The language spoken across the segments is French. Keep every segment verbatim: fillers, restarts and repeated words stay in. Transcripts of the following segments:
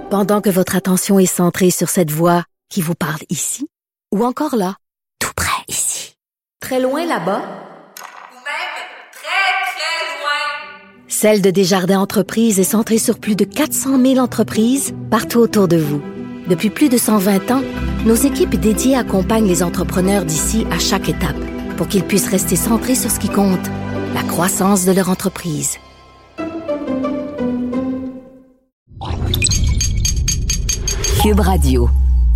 Pendant que votre attention est centrée sur cette voix qui vous parle ici, ou encore là, tout près ici, très loin là-bas, ou même très, très loin. Celle de Desjardins Entreprises est centrée sur plus de quatre cent mille entreprises partout autour de vous. Depuis plus de cent vingt ans, nos équipes dédiées accompagnent les entrepreneurs d'ici à chaque étape pour qu'ils puissent rester centrés sur ce qui compte, la croissance de leur entreprise. Cube Radio.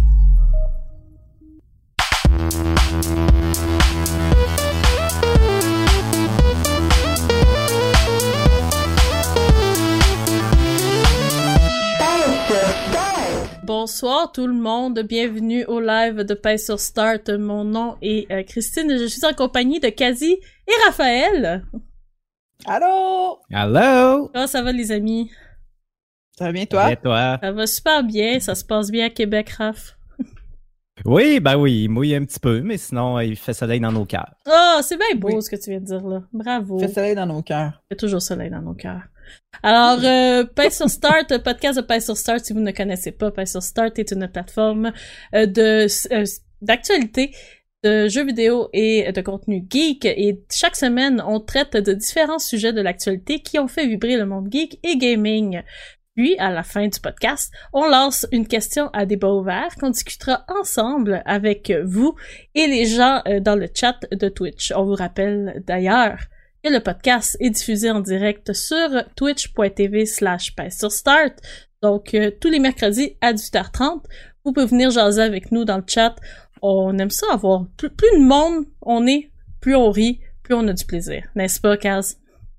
Bonsoir tout le monde, bienvenue au live de Paix sur Start. Mon nom est euh, Christine, je suis en compagnie de Kazi et Raphaël. Allô? Allô? Comment ça va les amis? Ça va bien toi? Et toi? Ça va super bien, ça se passe bien à Québec, Raph. Oui, ben oui, il mouille un petit peu, mais sinon, il fait soleil dans nos cœurs. Oh, c'est bien beau Oui. ce que tu viens de dire là, bravo. Il fait soleil dans nos cœurs. Il fait toujours soleil dans nos cœurs. Alors, euh, Paix sur Start, podcast de Paix sur Start, si vous ne connaissez pas, Paix sur Start est une plateforme euh, de euh, d'actualité, de jeux vidéo et de contenu geek. Et chaque semaine, on traite de différents sujets de l'actualité qui ont fait vibrer le monde geek et gaming. Puis, à la fin du podcast, on lance une question à débat ouvert qu'on discutera ensemble avec vous et les gens euh, dans le chat de Twitch. On vous rappelle d'ailleurs que le podcast est diffusé en direct sur twitch.tv slash Paix sur Start. Donc, euh, tous les mercredis à dix-huit heures trente, vous pouvez venir jaser avec nous dans le chat. On aime ça avoir plus, plus de monde on est, plus on rit, plus on a du plaisir. N'est-ce pas, Kaz?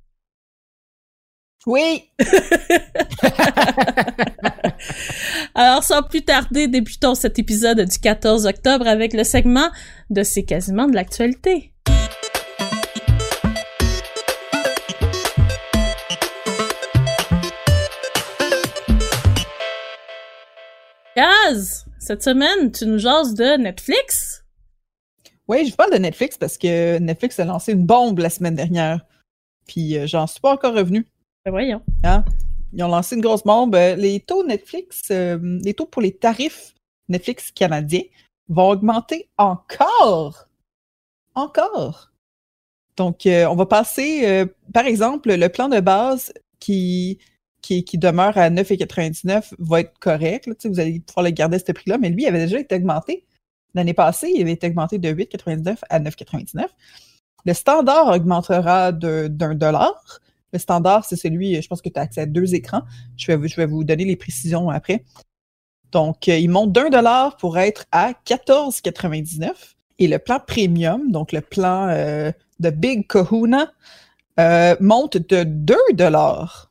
Oui! Alors, sans plus tarder, débutons cet épisode du quatorze octobre avec le segment de C'est quasiment de l'actualité. Kaz, cette semaine, tu nous jases de Netflix? Oui, je vous parle de Netflix parce que Netflix a lancé une bombe la semaine dernière. Puis euh, j'en suis pas encore revenu. Ben voyons. Hein? Ils ont lancé une grosse bombe. Les taux Netflix, euh, les taux pour les tarifs Netflix canadiens vont augmenter encore. Encore. Donc, euh, on va passer, euh, par exemple, le plan de base qui, qui, qui demeure à neuf quatre-vingt-dix-neuf va être correct. Là, vous allez pouvoir le garder à ce prix-là, mais lui, il avait déjà été augmenté. L'année passée, il avait été augmenté de huit quatre-vingt-dix-neuf à neuf quatre-vingt-dix-neuf. Le standard augmentera de, d'un dollar. Le standard, c'est celui, je pense que tu as accès à deux écrans. Je vais, je vais vous donner les précisions après. Donc, euh, il monte d'un dollar pour être à quatorze quatre-vingt-dix-neuf. Et le plan premium, donc le plan euh, de Big Kahuna, euh, monte de deux dollars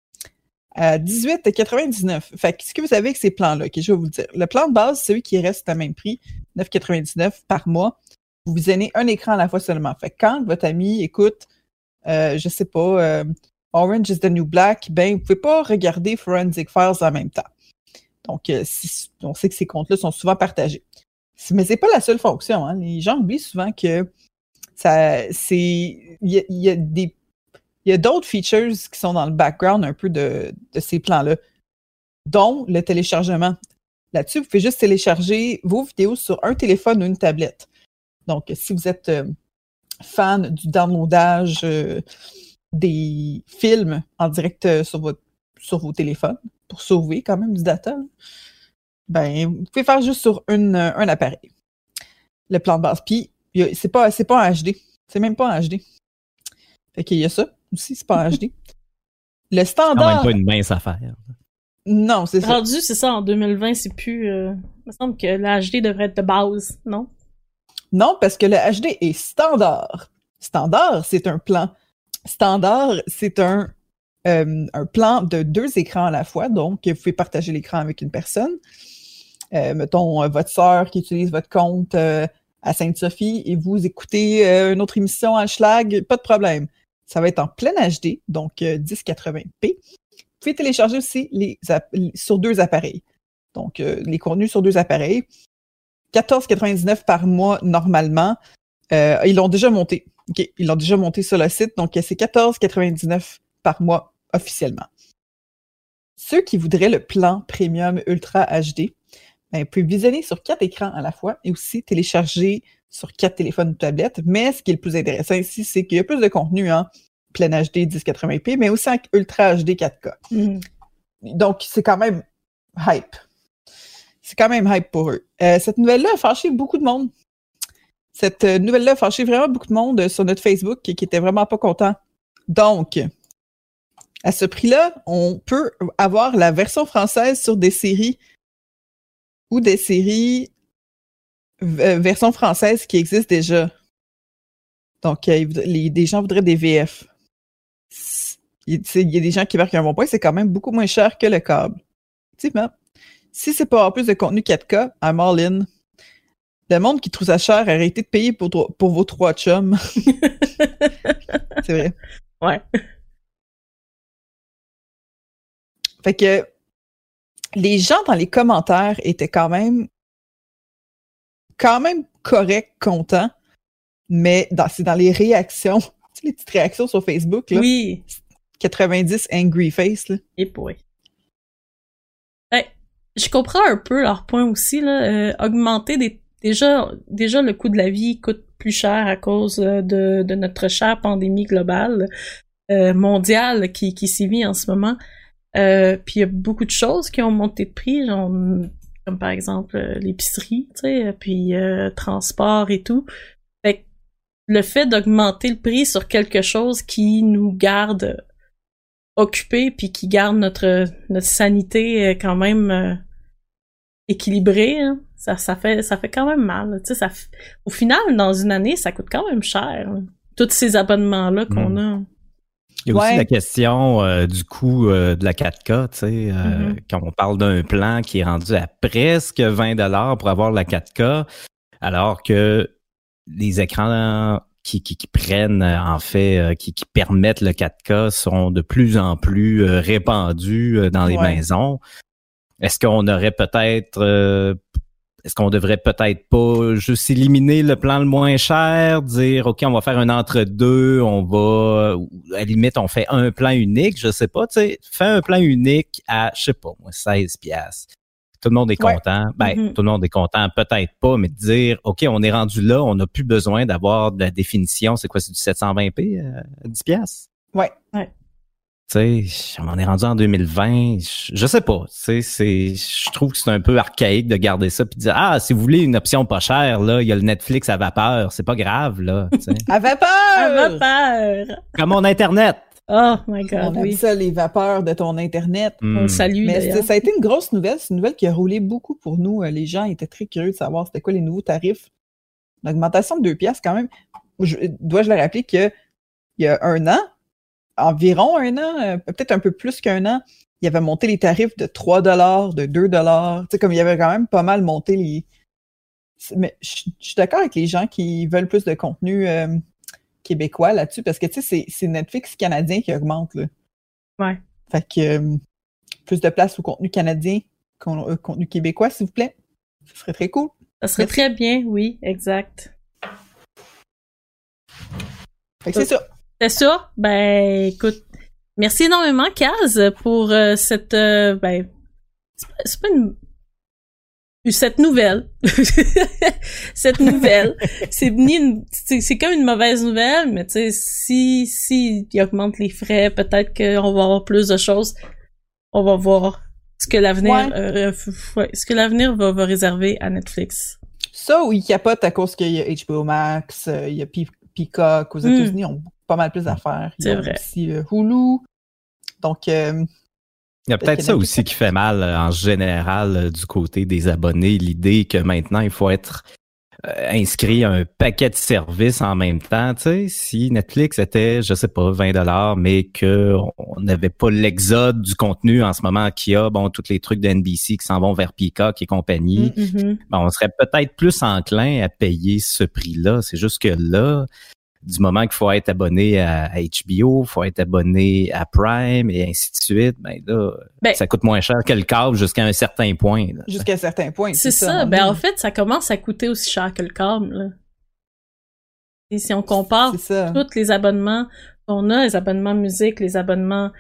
à dix-huit quatre-vingt-dix-neuf. Fait que ce que vous savez avec ces plans-là, okay, je vais vous le dire. Le plan de base, c'est celui qui reste à même prix, neuf quatre-vingt-dix-neuf par mois. Vous visionnez un écran à la fois seulement. Fait que quand votre ami écoute Euh, je sais pas, euh, Orange is the New Black, ben, vous pouvez pas regarder Forensic Files en même temps. Donc, euh, si, on sait que ces comptes-là sont souvent partagés. Mais c'est pas la seule fonction, hein. Les gens oublient souvent que ça, c'est, il y a, y a des, il y a d'autres features qui sont dans le background un peu de, de ces plans-là, dont le téléchargement. Là-dessus, vous pouvez juste télécharger vos vidéos sur un téléphone ou une tablette. Donc, si vous êtes euh, fan du downloadage euh, des films en direct euh, sur, votre, sur vos téléphones pour sauver quand même du data, ben, vous pouvez faire juste sur une, euh, un appareil. Le plan de base. Puis, a, c'est pas, c'est pas en H D. C'est même pas en H D. Fait qu'il y a ça aussi, c'est pas en H D. Le standard... C'est quand même pas une mince affaire. Non, c'est ça. Rendu, c'est ça, en deux mille vingt, c'est plus... Euh... Il me semble que le H D devrait être de base, non? Non, parce que le H D est standard. Standard, c'est un plan. Standard, c'est un, euh, un plan de deux écrans à la fois. Donc, vous pouvez partager l'écran avec une personne. Euh, mettons, euh, votre sœur qui utilise votre compte euh, à Sainte-Sophie et vous écoutez euh, une autre émission en schlag, pas de problème. Ça va être en plein H D, donc euh, dix quatre-vingts p. Vous pouvez télécharger aussi les app- sur deux appareils. Donc, euh, les contenus sur deux appareils. quatorze quatre-vingt-dix-neuf par mois normalement. Euh, ils l'ont déjà monté. Okay, ils l'ont déjà monté sur le site. Donc, c'est quatorze quatre-vingt-dix-neuf par mois officiellement. ceux qui voudraient le plan Premium Ultra H D, ben, peuvent visionner sur quatre écrans à la fois et aussi télécharger sur quatre téléphones ou tablettes. Mais ce qui est le plus intéressant ici, c'est qu'il y a plus de contenu en plein H D dix quatre-vingts p, mais aussi en Ultra H D quatre K. Mm. Donc, c'est quand même hype. C'est quand même hype pour eux. Euh, cette nouvelle-là a fâché beaucoup de monde. Cette euh, nouvelle-là a fâché vraiment beaucoup de monde sur notre Facebook qui, qui était vraiment pas content. Donc, à ce prix-là, on peut avoir la version française sur des séries ou des séries euh, version française qui existent déjà. Donc, euh, les, des gens voudraient des V F. Il, il y a des gens qui marquent un bon point, c'est quand même beaucoup moins cher que le câble. Effectivement. Si c'est pour avoir plus de contenu quatre K, I'm all in. Le monde qui trouve ça cher, arrêtez de payer pour, pour vos trois chums. C'est vrai. Ouais. Fait que les gens dans les commentaires étaient quand même quand même corrects, contents, mais dans, c'est dans les réactions, tu sais, les petites réactions sur Facebook, là. Oui. quatre-vingt-dix angry face, là. Et boy. Hey, je comprends un peu leur point aussi, là. Euh, augmenter des. Déjà, déjà, le coût de la vie coûte plus cher à cause de, de notre chère pandémie globale, euh, mondiale qui, qui sévit en ce moment. Euh, puis il y a beaucoup de choses qui ont monté de prix, genre, comme par exemple euh, l'épicerie, tu sais, puis euh, transport et tout. Fait que le fait d'augmenter le prix sur quelque chose qui nous garde occupés puis qui garde notre notre sanité quand même euh, équilibrée, hein, ça ça fait ça fait quand même mal. Tu sais, ça f... au final dans une année ça coûte quand même cher. Hein, tous ces abonnements là qu'on mmh. a. Il y a ouais. aussi la question euh, du coût euh, de la quatre K, tu sais, euh, mm-hmm. quand on parle d'un plan qui est rendu à presque vingt dollars pour avoir la quatre K, alors que les écrans qui, qui, qui prennent, en fait, euh, qui, qui permettent le quatre K sont de plus en plus euh, répandus euh, dans les ouais. maisons. Est-ce qu'on aurait peut-être... Euh, Est-ce qu'on devrait peut-être pas juste éliminer le plan le moins cher, dire OK, on va faire un entre-deux, on va, à la limite, on fait un plan unique, je sais pas, tu sais, fais un plan unique à, je sais pas, moi, seize piastres. Tout le monde est content. Ouais. Ben, mm-hmm. tout le monde est content, peut-être pas, mais de dire OK, on est rendu là, on n'a plus besoin d'avoir de la définition, c'est quoi, c'est du sept cent vingt p à dix piastres? Ouais, ouais. Tu sais, on est rendu en deux mille vingt, je, je sais pas, tu sais, c'est, je trouve que c'est un peu archaïque de garder ça puis de dire ah si vous voulez une option pas chère là, il y a le Netflix à vapeur, c'est pas grave là, tu sais. À vapeur, à vapeur, comme mon internet. Oh my god, on oui. aime ça les vapeurs de ton internet. Mm. On le salue. Mais d'ailleurs. ça a été une grosse nouvelle, c'est une nouvelle qui a roulé beaucoup pour nous. Les gens étaient très curieux de savoir c'était quoi les nouveaux tarifs. L'augmentation de deux piastres quand même. Je, dois-je le rappeler que il y a un an. Environ un an, euh, peut-être un peu plus qu'un an, il avait monté les tarifs de trois dollars, de deux dollars. Tu sais, comme il y avait quand même pas mal monté les... Mais je suis d'accord avec les gens qui veulent plus de contenu euh, québécois là-dessus, parce que, tu sais, c'est, c'est Netflix canadien qui augmente, là. Ouais. Fait que euh, plus de place au contenu canadien qu'au euh, contenu québécois, s'il vous plaît. Ce serait très cool. Ça serait Merci. Très bien, oui, exact. Fait que c'est ça. C'est ça. Ben, écoute, merci énormément, Kaz, pour euh, cette, euh, ben, c'est pas, c'est pas une, cette nouvelle. cette nouvelle. C'est ni une, c'est, c'est comme une mauvaise nouvelle, mais tu sais, si, si il augmente les frais, peut-être qu'on va avoir plus de choses. On va voir ce que l'avenir, ouais. euh, ouais, ce que l'avenir va, va réserver à Netflix. Ça, ou il capote à cause qu'il y a H B O Max, euh, il y a Pe- Peacock aux États-Unis, mm. on pas mal plus d'affaires. Il c'est y a vrai. aussi euh, Hulu. Donc, euh, il y a peut-être ça aussi qui fait mal en général du côté des abonnés. L'idée que maintenant, il faut être euh, inscrit à un paquet de services en même temps. Tu sais, si Netflix était, je sais pas, vingt dollars, mais qu'on n'avait pas l'exode du contenu en ce moment qu'il y a, bon, tous les trucs de N B C qui s'en vont vers Peacock et compagnie, mm-hmm. ben, on serait peut-être plus enclin à payer ce prix-là. C'est juste que là, du moment qu'il faut être abonné à H B O, il faut être abonné à Prime et ainsi de suite, ben là, ben, ça coûte moins cher que le câble jusqu'à un certain point. Là. Jusqu'à un certain point. C'est, c'est ça. ça. Ben en fait, ça commence à coûter aussi cher que le câble. Là. Et si on compare tous les abonnements qu'on a, les abonnements musique, les abonnements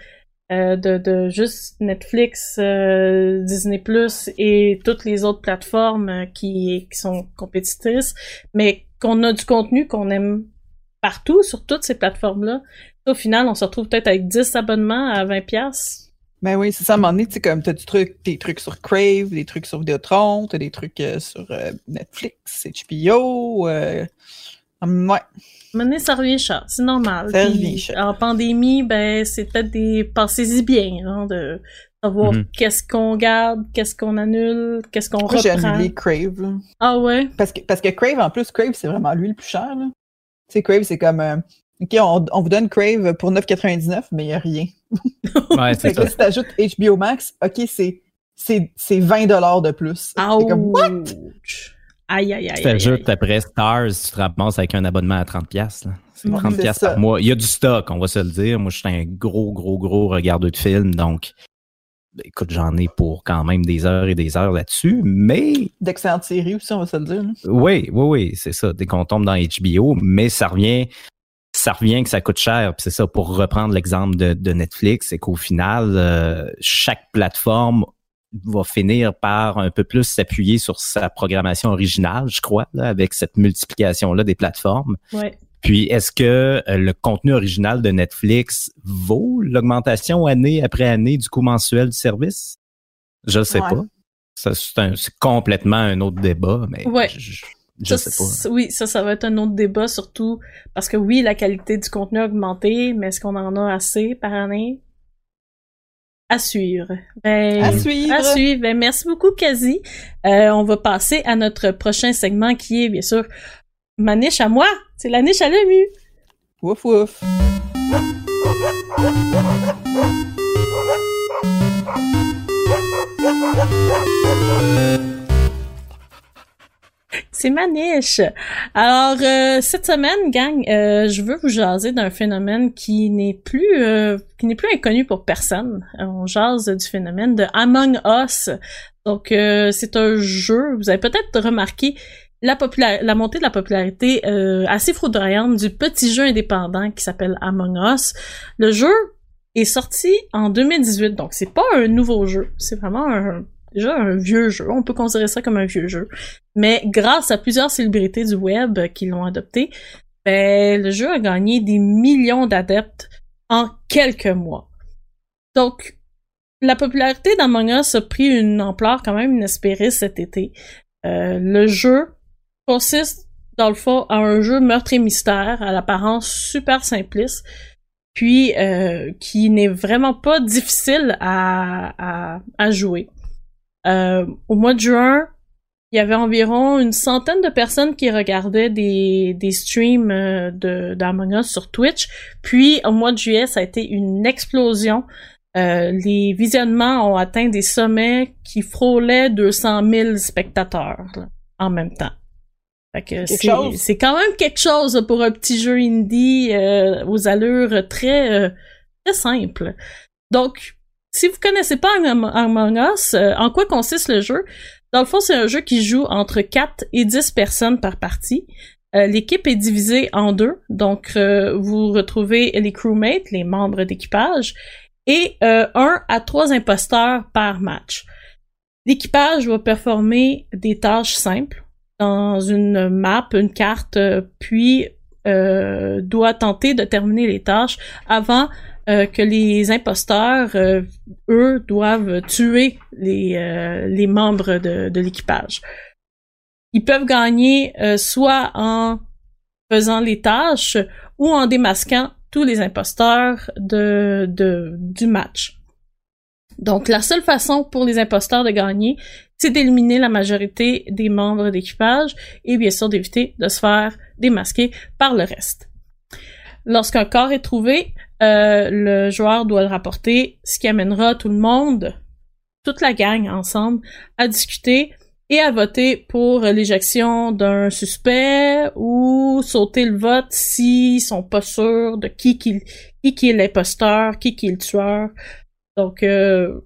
euh, de, de juste Netflix, euh, Disney plus et toutes les autres plateformes euh, qui, qui sont compétitrices, mais qu'on a du contenu qu'on aime partout sur toutes ces plateformes-là. Au final, on se retrouve peut-être avec dix abonnements à vingt piastres. Ben oui, c'est ça, à un moment donné, tu sais, comme t'as du truc, des trucs sur Crave, des trucs sur Vidéotron, t'as des trucs euh, sur euh, Netflix, H B O, euh, um, ouais. À un moment donné, ça revient cher, c'est normal. Ça Puis, revient cher. en pandémie, ben, c'est peut-être des, pensez-y bien, hein, de savoir Mhm. qu'est-ce qu'on garde, qu'est-ce qu'on annule, qu'est-ce qu'on Moi, j'ai reprend. annulé Crave, là. Ah ouais? Parce que, parce que Crave, en plus, Crave, c'est vraiment lui le plus cher, là. Tu sais, Crave, c'est comme, euh, OK, on, on vous donne Crave pour neuf quatre-vingt-dix-neuf, mais il n'y a rien. Ouais, Fait c'est que là, ça. si t'ajoutes H B O Max, OK, c'est, c'est, c'est vingt dollars de plus. C'est comme, what? Ouch! Aïe, aïe, aïe, Tu aïe, aïe. t'ajoutes après Stars, tu te ramasses avec un abonnement à trente piastres. là. C'est Ouais, trente c'est piastres ça. par mois. Il y a du stock, on va se le dire. Moi, je suis un gros, gros, gros regardeur de films, donc ben, écoute, j'en ai pour quand même des heures et des heures là-dessus, mais D'excellentes séries aussi, on va se le dire, là. oui, oui, oui, c'est ça. Dès qu'on tombe dans H B O, mais ça revient, ça revient que ça coûte cher. Puis c'est ça, pour reprendre l'exemple de, de Netflix, c'est qu'au final, euh, chaque plateforme va finir par un peu plus s'appuyer sur sa programmation originale, je crois, là, avec cette multiplication-là des plateformes. Ouais. Puis, est-ce que euh, le contenu original de Netflix vaut l'augmentation année après année du coût mensuel du service? Je ne sais Ouais. pas. Ça, c'est, un, c'est complètement un autre débat, mais Ouais. je, je, je Ça, sais pas. c- Oui, ça, ça va être un autre débat, surtout parce que oui, la qualité du contenu a augmenté, mais est-ce qu'on en a assez par année? À suivre. Ben, À suivre! À suivre. Ben, merci beaucoup, Kazi. Euh, on va passer à notre prochain segment qui est, bien sûr, ma niche à moi. C'est la niche à Lemu. Ouf, ouf. C'est ma niche. Alors, euh, cette semaine, gang, euh, je veux vous jaser d'un phénomène qui n'est plus euh, qui n'est plus inconnu pour personne. On jase du phénomène de Among Us. Donc, euh, c'est un jeu, vous avez peut-être remarqué la, popula- la montée de la popularité euh, assez foudroyante du petit jeu indépendant qui s'appelle Among Us. Le jeu est sorti en deux mille dix-huit, donc c'est pas un nouveau jeu, c'est vraiment un déjà un vieux jeu, on peut considérer ça comme un vieux jeu. Mais grâce à plusieurs célébrités du web qui l'ont adopté, ben, le jeu a gagné des millions d'adeptes en quelques mois. Donc, la popularité d'Among Us a pris une ampleur quand même inespérée cet été. Euh, le jeu consiste, dans le fond, à un jeu meurtre et mystère à l'apparence super simpliste, puis euh, qui n'est vraiment pas difficile à, à, à jouer. Euh, au mois de juin, il y avait environ une centaine de personnes qui regardaient des, des streams euh, de, d'Among Us sur Twitch. Puis, au mois de juillet, ça a été une explosion. Euh, les visionnements ont atteint des sommets qui frôlaient deux cent mille spectateurs là, en même temps. Fait que c'est, chose. c'est quand même quelque chose pour un petit jeu indie euh, aux allures très, euh, très simples. Donc, si vous connaissez pas Among Us, euh, en quoi consiste le jeu? Dans le fond, c'est un jeu qui joue entre quatre et dix personnes par partie. Euh, l'équipe est divisée en deux, donc euh, vous retrouvez les crewmates, les membres d'équipage, et euh, un à trois imposteurs par match. L'équipage va performer des tâches simples dans une map, une carte, euh, puis euh, doit tenter de terminer les tâches avant Euh, que les imposteurs, euh, eux, doivent tuer les, euh, les membres de, de l'équipage. Ils peuvent gagner euh, soit en faisant les tâches ou en démasquant tous les imposteurs de, de, du match. Donc, la seule façon pour les imposteurs de gagner, c'est d'éliminer la majorité des membres d'équipage et bien sûr d'éviter de se faire démasquer par le reste. Lorsqu'un corps est trouvé, euh, le joueur doit le rapporter, ce qui amènera tout le monde, toute la gang ensemble, à discuter et à voter pour l'éjection d'un suspect ou sauter le vote s'ils sont pas sûrs de qui qui, qui, qui est l'imposteur, qui qui est le tueur. Donc, euh,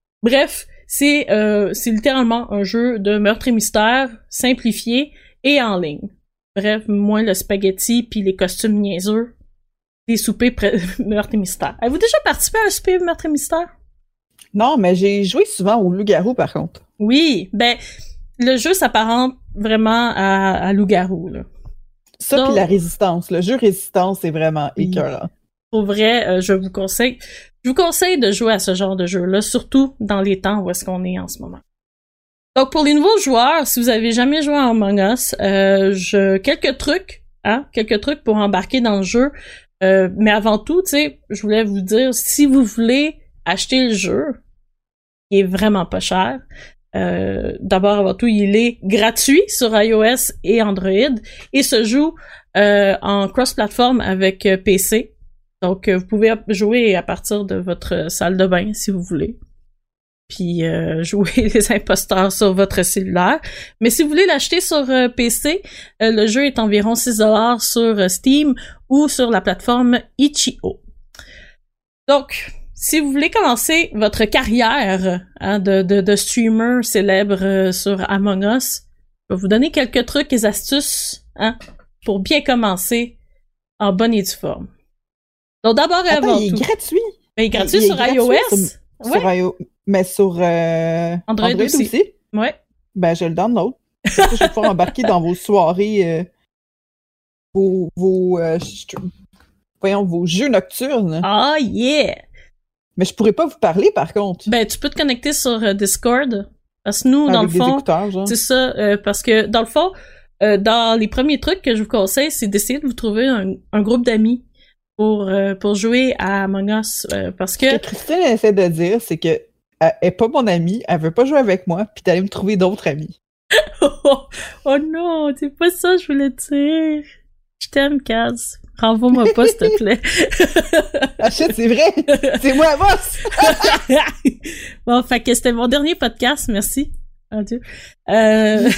bref, c'est, euh, c'est littéralement un jeu de meurtre et mystère simplifié et en ligne. Bref, moins le spaghetti puis les costumes niaiseux. des soupers pré- meurtre et mystère. Avez-vous déjà participé à un souper meurtre et mystère? Non, mais j'ai joué souvent au loup-garou, par contre. Oui, ben, le jeu s'apparente vraiment à, à loup-garou, là. Ça, Donc, puis la résistance. Le jeu résistance, c'est vraiment Oui. écœurant. Pour vrai, euh, je vous conseille, je vous conseille de jouer à ce genre de jeu-là, surtout dans les temps où est-ce qu'on est en ce moment. Donc, pour les nouveaux joueurs, si vous avez jamais joué à Among Us, euh, je, quelques trucs, hein, quelques trucs pour embarquer dans le jeu. Euh, mais avant tout, tu sais, je voulais vous dire, si vous voulez acheter le jeu, il est vraiment pas cher. Euh, d'abord, avant tout, il est gratuit sur iOS et Android et se joue euh, en cross-platform avec euh, P C. Donc, euh, vous pouvez jouer à partir de votre salle de bain si vous voulez. Puis euh, jouer les imposteurs sur votre cellulaire. Mais si vous voulez l'acheter sur euh, P C, euh, le jeu est environ six dollars sur euh, Steam ou sur la plateforme itch point io. Donc, si vous voulez commencer votre carrière hein, de, de, de streamer célèbre euh, sur Among Us, je vais vous donner quelques trucs et astuces hein, pour bien commencer en bonne et due forme. Donc d'abord et Attends, avant il est tout... gratuit? Ben, il est gratuit Il est sur gratuit iOS? Sur, Ouais. sur iOS, mais sur euh, Android Android, aussi. aussi? Ouais. Ben, je le download. Comme ça, je vais pouvoir embarquer dans vos soirées, euh, vos, vos, euh, str- voyons, vos jeux nocturnes. Ah, yeah! Mais je pourrais pas vous parler, par contre. Ben, tu peux te connecter sur euh, Discord. Parce que nous, dans avec le fond, des écouteurs, genre. c'est ça, euh, parce que dans le fond, euh, dans les premiers trucs que je vous conseille, c'est d'essayer de vous trouver un, un groupe d'amis pour, euh, pour jouer à Among Us. Euh, parce que... Ce que Christine essaie de dire, c'est que elle est pas mon amie, elle veut pas jouer avec moi, puis d'aller me trouver d'autres amis. oh, oh non, c'est pas ça que je voulais dire. Je t'aime, Kaz. Renvoie-moi pas, s'il te plaît. Ah shit, c'est vrai! C'est moi, boss! Bon, fait que c'était mon dernier podcast, merci. Adieu. Euh...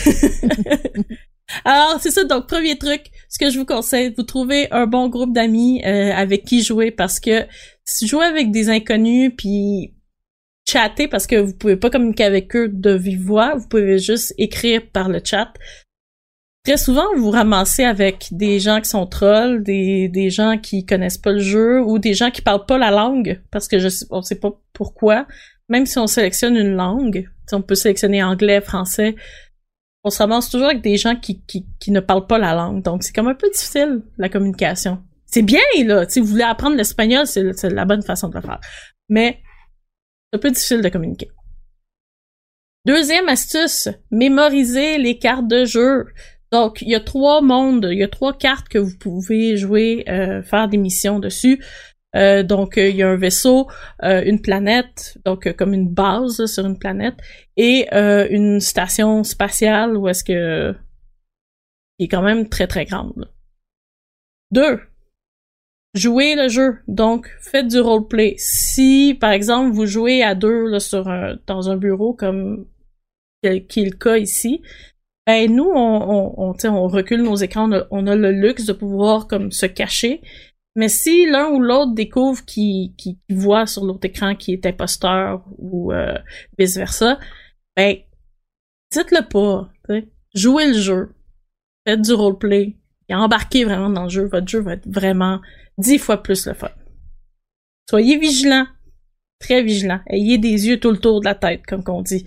Alors, c'est ça, donc premier truc, ce que je vous conseille, vous trouvez un bon groupe d'amis euh, avec qui jouer, parce que si jouer avec des inconnus, puis chatter, parce que vous pouvez pas communiquer avec eux de vive voix, vous pouvez juste écrire par le chat. Très souvent, vous vous ramassez avec des gens qui sont trolls, des, des gens qui connaissent pas le jeu, ou des gens qui parlent pas la langue, parce que je sais, on sait pas pourquoi. Même si on sélectionne une langue, on peut sélectionner anglais, français, on se ramasse toujours avec des gens qui, qui, qui ne parlent pas la langue. Donc, c'est comme un peu difficile, la communication. C'est bien, là. Si vous voulez apprendre l'espagnol, c'est, c'est la bonne façon de le faire. Mais, c'est un peu difficile de communiquer. Deuxième astuce, mémoriser les cartes de jeu. Donc, il y a trois mondes, il y a trois cartes que vous pouvez jouer, euh, faire des missions dessus. Euh, donc, il euh, y a un vaisseau, euh, une planète, donc euh, comme une base là, sur une planète, et euh, une station spatiale où est-ce que qui est quand même très très grande. Là. Deux, jouez le jeu. Donc, faites du roleplay. Si, par exemple, vous jouez à deux là, sur un, dans un bureau comme qui est le cas ici, ben nous, on, on, on, on recule nos écrans, on a, on a le luxe de pouvoir comme se cacher. Mais si l'un ou l'autre découvre qui, qui, qui voit sur l'autre écran qui est imposteur ou euh, vice-versa, ben, dites-le pas, t'sais. Jouez le jeu, faites du roleplay, et embarquez vraiment dans le jeu, votre jeu va être vraiment dix fois plus le fun. Soyez vigilants, très vigilants, ayez des yeux tout le tour de la tête, comme qu'on dit.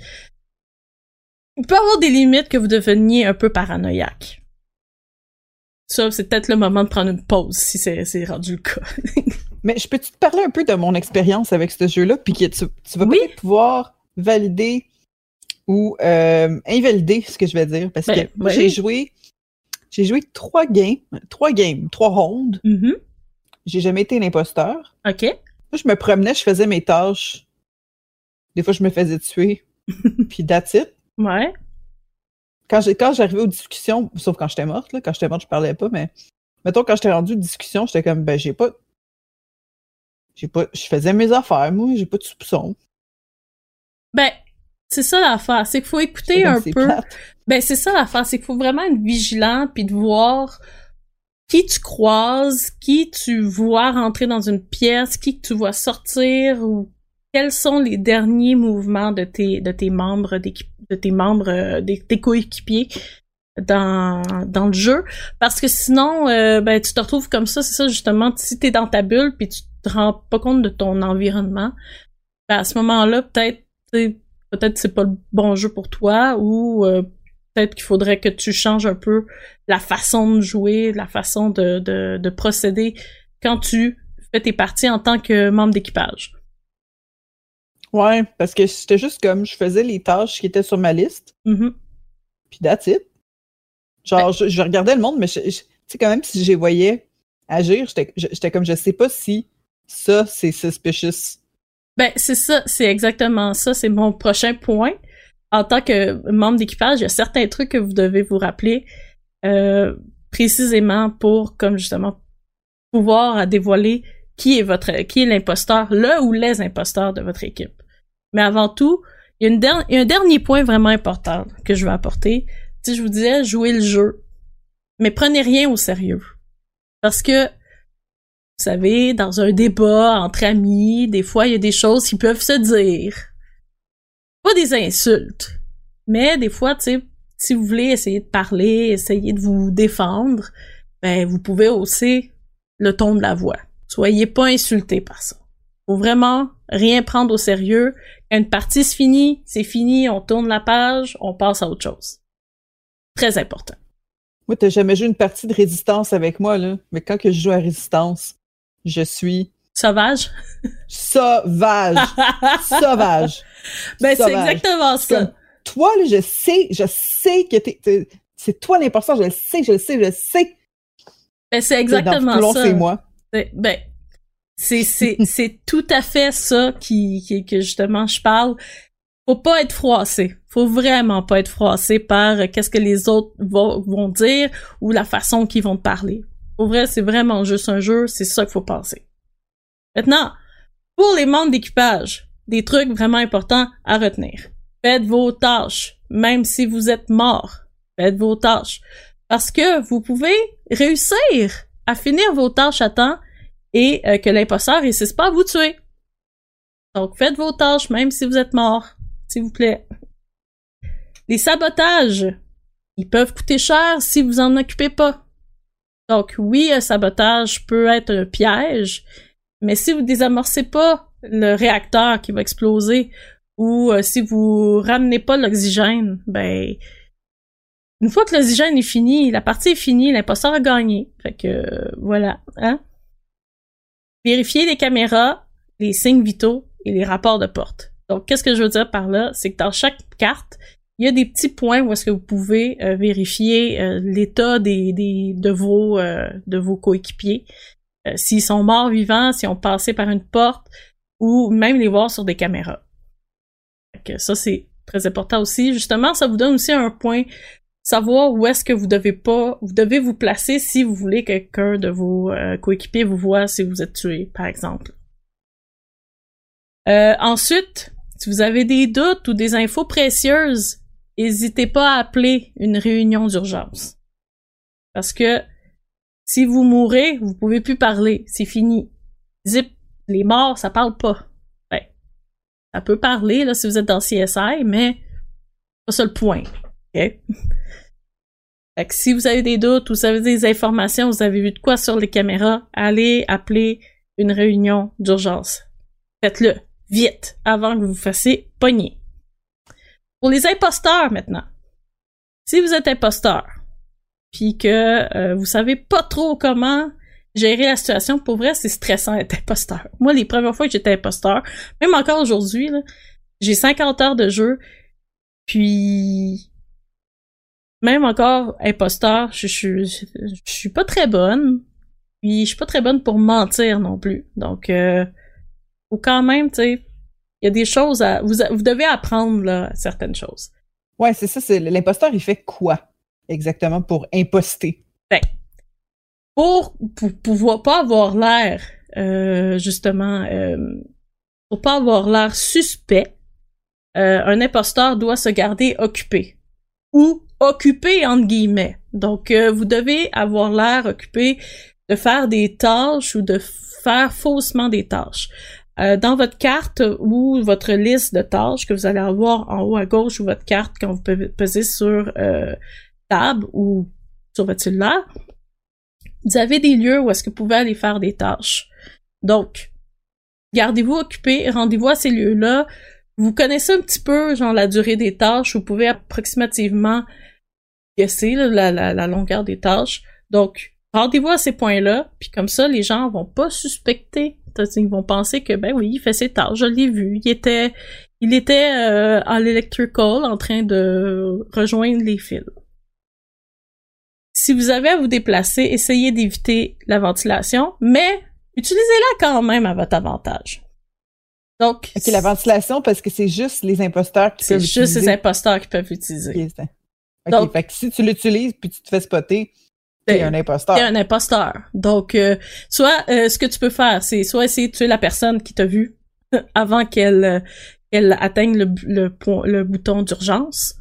Il peut y avoir des limites que vous deveniez un peu paranoïaque. Ça, c'est peut-être le moment de prendre une pause, si c'est, c'est rendu le cas. Mais je peux-tu te parler un peu de mon expérience avec ce jeu-là, puis que tu, tu vas oui? peut-être pouvoir valider ou euh, invalider ce que je vais dire, parce ben, que moi, oui. j'ai joué j'ai joué trois games, trois games, trois rondes. Mm-hmm. J'ai jamais été un imposteur. OK. Moi, je me promenais, je faisais mes tâches. Des fois, je me faisais tuer. Puis that's it. Ouais. Quand, j'ai, quand j'arrivais aux discussions, sauf quand j'étais morte, là, quand j'étais morte, je parlais pas, mais mettons, quand j'étais rendue aux discussions, j'étais comme, ben, j'ai pas. J'ai pas. Je faisais mes affaires, moi, j'ai pas de soupçons. Ben, c'est ça l'affaire, c'est qu'il faut écouter J'étais un comme, c'est peu. plate. Ben, c'est ça l'affaire, c'est qu'il faut vraiment être vigilant puis de voir qui tu croises, qui tu vois rentrer dans une pièce, qui tu vois sortir ou quels sont les derniers mouvements de tes, de tes membres d'équipe, de tes membres, euh, des, tes coéquipiers. dans dans le jeu, parce que sinon, euh, ben tu te retrouves comme ça, c'est ça justement, si t'es dans ta bulle puis tu te rends pas compte de ton environnement, ben à ce moment-là, peut-être, peut-être c'est pas le bon jeu pour toi, ou euh, peut-être qu'il faudrait que tu changes un peu la façon de jouer, la façon de, de, de procéder quand tu fais tes parties en tant que membre d'équipage. Ouais, parce que c'était juste comme, je faisais les tâches qui étaient sur ma liste, Mm-hmm. puis that's it. Genre, ouais. je, je regardais le monde, mais tu sais, quand même, si je les voyais agir, j'étais, j'étais comme, je sais pas si ça, c'est suspicious. Ben, c'est ça, c'est exactement ça, c'est mon prochain point. En tant que membre d'équipage, il y a certains trucs que vous devez vous rappeler euh, précisément pour, comme justement, pouvoir dévoiler qui est votre, qui est l'imposteur, le ou les imposteurs de votre équipe. Mais avant tout, il y a, une der- il y a un dernier point vraiment important que je veux apporter. Tu sais, je vous disais, jouez le jeu, mais prenez rien au sérieux. Parce que, vous savez, dans un débat entre amis, des fois, il y a des choses qui peuvent se dire. Pas des insultes, mais des fois, tu sais, si vous voulez essayer de parler, essayer de vous défendre, ben, vous pouvez hausser le ton de la voix. Soyez pas insultés par ça. Faut vraiment rien prendre au sérieux. Quand une partie se finit, c'est fini, on tourne la page, on passe à autre chose. Très important. Moi, t'as jamais joué une partie de résistance avec moi, là. Mais quand que je joue à résistance, je suis... Sauvage? Sauvage! Sauvage! Ben, Sauvage. c'est exactement ça. Comme, toi, là, je sais, je sais que t'es... t'es c'est toi l'imposteur, je le sais, je le sais, je le sais! Ben, c'est exactement dans ça. C'est moi. C'est, ben, c'est, c'est, c'est tout à fait ça qui, qui, que justement je parle. Faut pas être froissé. Faut vraiment pas être froissé par euh, qu'est-ce que les autres vont, vont dire ou la façon qu'ils vont te parler. Pour vrai, c'est vraiment juste un jeu, c'est ça qu'il faut penser. Maintenant, pour les membres d'équipage, des trucs vraiment importants à retenir. Faites vos tâches, même si vous êtes mort. Faites vos tâches. Parce que vous pouvez réussir à finir vos tâches à temps et euh, que l'imposteur réussisse pas à vous tuer. Donc, faites vos tâches, même si vous êtes mort. S'il vous plaît. Les sabotages, ils peuvent coûter cher si vous en occupez pas. Donc, oui, un sabotage peut être un piège, mais si vous désamorcez pas le réacteur qui va exploser ou euh, si vous ramenez pas l'oxygène, ben, une fois que l'oxygène est fini, la partie est finie, l'imposteur a gagné. Fait que, euh, voilà, hein. Vérifiez les caméras, les signes vitaux et les rapports de porte. Donc, qu'est-ce que je veux dire par là? C'est que dans chaque carte, il y a des petits points où est-ce que vous pouvez euh, vérifier euh, l'état des, des de vos euh, de vos coéquipiers. Euh, s'ils sont morts vivants, s'ils ont passé par une porte, ou même les voir sur des caméras. Fait que ça, c'est très important aussi. Justement, ça vous donne aussi un point, savoir où est-ce que vous devez pas, vous devez vous placer si vous voulez que quelqu'un de vos euh, coéquipiers vous voit si vous êtes tué, par exemple. Euh, ensuite, si vous avez des doutes ou des infos précieuses, n'hésitez pas à appeler une réunion d'urgence. Parce que si vous mourrez, vous pouvez plus parler. C'est fini. Zip, les morts, ça parle pas. Ben, ça peut parler, là, si vous êtes dans C S I, mais c'est pas ça le point. OK? Fait que si vous avez des doutes ou vous avez des informations, vous avez vu de quoi sur les caméras, allez appeler une réunion d'urgence. Faites-le. Vite, avant que vous vous fassiez pogner. Pour les imposteurs, maintenant. Si vous êtes imposteur, puis que euh, vous savez pas trop comment gérer la situation, pour vrai, c'est stressant d'être imposteur. Moi, les premières fois que j'étais imposteur, même encore aujourd'hui, là, j'ai cinquante heures de jeu, puis même encore imposteur, je, je, je, je suis pas très bonne, puis je suis pas très bonne pour mentir non plus. Donc, euh, ou quand même, tu sais, il y a des choses à... Vous, vous devez apprendre, là, certaines choses. Ouais, c'est ça, c'est l'imposteur, il fait quoi, exactement, pour imposter? Ben, pour, pour pouvoir pas avoir l'air, euh, justement, euh, pour pas avoir l'air suspect, euh, un imposteur doit se garder occupé. Ou occupé, entre guillemets. Donc, euh, vous devez avoir l'air occupé de faire des tâches ou de faire faussement des tâches. Euh, dans votre carte ou votre liste de tâches que vous allez avoir en haut à gauche ou votre carte quand vous pesez sur euh, table ou sur votre cellulaire, vous avez des lieux où est-ce que vous pouvez aller faire des tâches. Donc, gardez-vous occupés, rendez-vous à ces lieux-là. Vous connaissez un petit peu, genre, la durée des tâches. Vous pouvez approximativement guesser là, la, la, la longueur des tâches. Donc, rendez-vous à ces points-là, puis comme ça, les gens vont pas suspecter. Ils vont penser que, ben oui, il fait ses tâches, je l'ai vu. Il était, il était euh, à l'electrical en train de rejoindre les fils. Si vous avez à vous déplacer, essayez d'éviter la ventilation, mais utilisez-la quand même à votre avantage. Donc, OK, la ventilation, parce que c'est juste les imposteurs qui peuvent c'est utiliser. juste les imposteurs qui peuvent utiliser. OK, OK, Donc, fait que si tu l'utilises puis tu te fais spotter, t'es t'es un imposteur. T'es un imposteur. Donc, euh, soit euh, ce que tu peux faire, c'est soit essayer de tuer la personne qui t'a vu avant qu'elle euh, qu'elle atteigne le, le, point, le bouton d'urgence,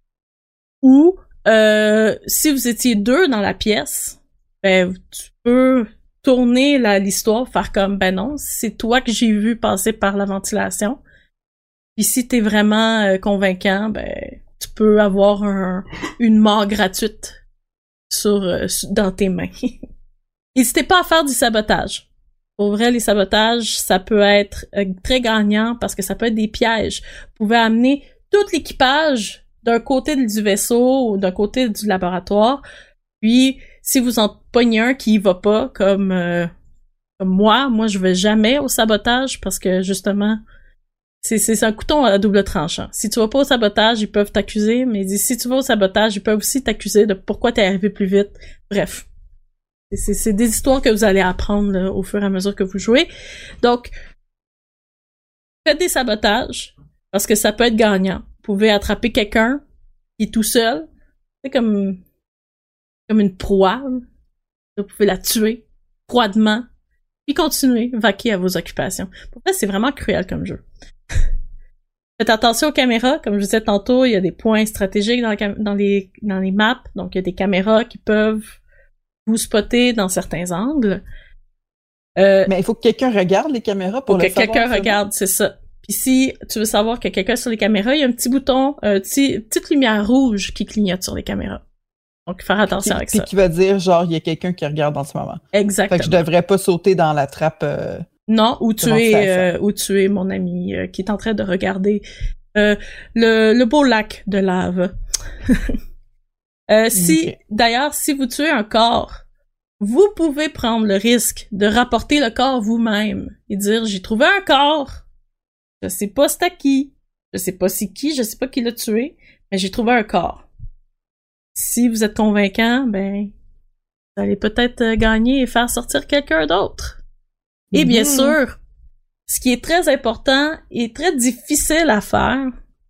ou euh, si vous étiez deux dans la pièce, ben tu peux tourner la, l'histoire, faire comme, ben non, c'est toi que j'ai vu passer par la ventilation. Puis si t'es vraiment euh, convaincant, ben tu peux avoir un, une mort gratuite sur, euh, dans tes mains. N'hésitez pas à faire du sabotage. Pour vrai, les sabotages, ça peut être euh, très gagnant parce que ça peut être des pièges. Vous pouvez amener tout l'équipage d'un côté du vaisseau ou d'un côté du laboratoire, puis si vous en pognez un qui y va pas, comme, euh, comme moi, moi je vais jamais au sabotage parce que justement, c'est, c'est un couteau à double tranchant. Si tu vas pas au sabotage, ils peuvent t'accuser, mais si tu vas au sabotage, ils peuvent aussi t'accuser de pourquoi t'es arrivé plus vite. Bref. C'est, c'est des histoires que vous allez apprendre là, au fur et à mesure que vous jouez. Donc, faites des sabotages, parce que ça peut être gagnant. Vous pouvez attraper quelqu'un qui est tout seul. C'est comme, comme une proie. Vous pouvez la tuer froidement, puis continuer, vaquer à vos occupations. Pour ça, c'est vraiment cruel comme jeu. Faites attention aux caméras. Comme je vous disais tantôt, il y a des points stratégiques dans, la, dans, les, dans les maps. Donc, il y a des caméras qui peuvent vous spotter dans certains angles. Euh, Mais il faut que quelqu'un regarde les caméras pour, pour le que savoir. quelqu'un ça, regarde, c'est ça. Puis si tu veux savoir qu'il y a quelqu'un sur les caméras, il y a un petit bouton, une petit, petite lumière rouge qui clignote sur les caméras. Donc, faire attention qui, avec puis ça. qui va dire, genre, il y a quelqu'un qui regarde en ce moment. Exactement. Fait que je devrais pas sauter dans la trappe. Euh, non, ou tuer, euh, ou tuer mon ami euh, qui est en train de regarder euh, le, le beau lac de lave. euh, si, okay. D'ailleurs, si vous tuez un corps, vous pouvez prendre le risque de rapporter le corps vous-même et dire, j'ai trouvé un corps, je sais pas c'est à qui, je sais pas c'est qui, je sais pas qui l'a tué, mais j'ai trouvé un corps. Si vous êtes convaincant, ben, vous allez peut-être gagner et faire sortir quelqu'un d'autre. Et bien mmh. sûr, ce qui est très important et très difficile à faire,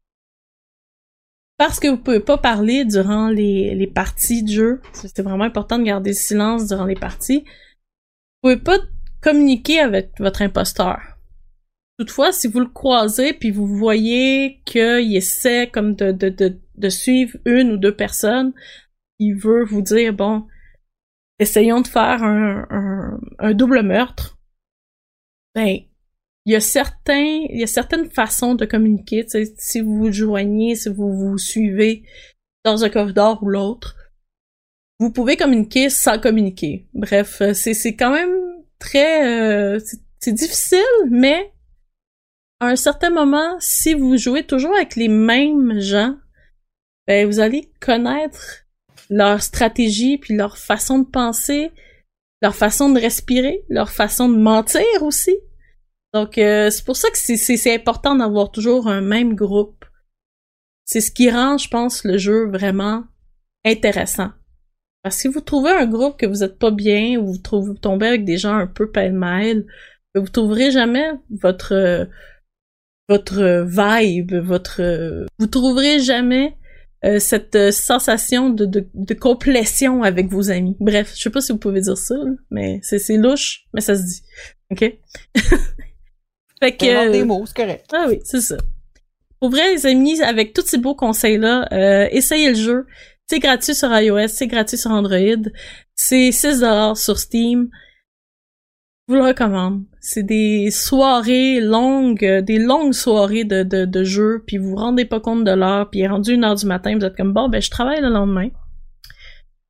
parce que vous pouvez pas parler durant les, les parties de jeu, c'est vraiment important de garder le silence durant les parties, vous pouvez pas communiquer avec votre imposteur. Toutefois, si vous le croisez puis vous voyez qu'il essaie comme de, de, de, de suivre une ou deux personnes, il veut vous dire, bon, essayons de faire un, un, un double meurtre, ben, il y a certains, il y a certaines façons de communiquer, tu sais, si vous vous joignez, si vous vous suivez dans un corridor ou l'autre, vous pouvez communiquer sans communiquer. Bref, c'est, c'est quand même très, euh, c'est, c'est difficile, mais à un certain moment, si vous jouez toujours avec les mêmes gens, ben, vous allez connaître leur stratégie puis leur façon de penser, leur façon de respirer, leur façon de mentir aussi. Donc, euh, c'est pour ça que c'est, c'est, c'est important d'avoir toujours un même groupe. C'est ce qui rend, je pense, le jeu vraiment intéressant. Parce que si vous trouvez un groupe que vous êtes pas bien, ou vous, trouvez, vous tombez avec des gens un peu pêle-mêle, vous trouverez jamais votre euh, votre vibe, votre euh, vous trouverez jamais euh, cette euh, sensation de, de, de complétion avec vos amis. Bref, je sais pas si vous pouvez dire ça, là, mais c'est, c'est louche, mais ça se dit. OK? Fait que, euh, des mots, c'est correct. Ah oui, c'est ça. Pour vrai, les amis, avec tous ces beaux conseils-là, euh, essayez le jeu. C'est gratuit sur iOS, c'est gratuit sur Android. C'est six dollars sur Steam. Je vous le recommande. C'est des soirées longues, des longues soirées de, de, de jeu, puis vous vous rendez pas compte de l'heure, puis il est rendu une heure du matin, vous êtes comme, bon, ben je travaille le lendemain.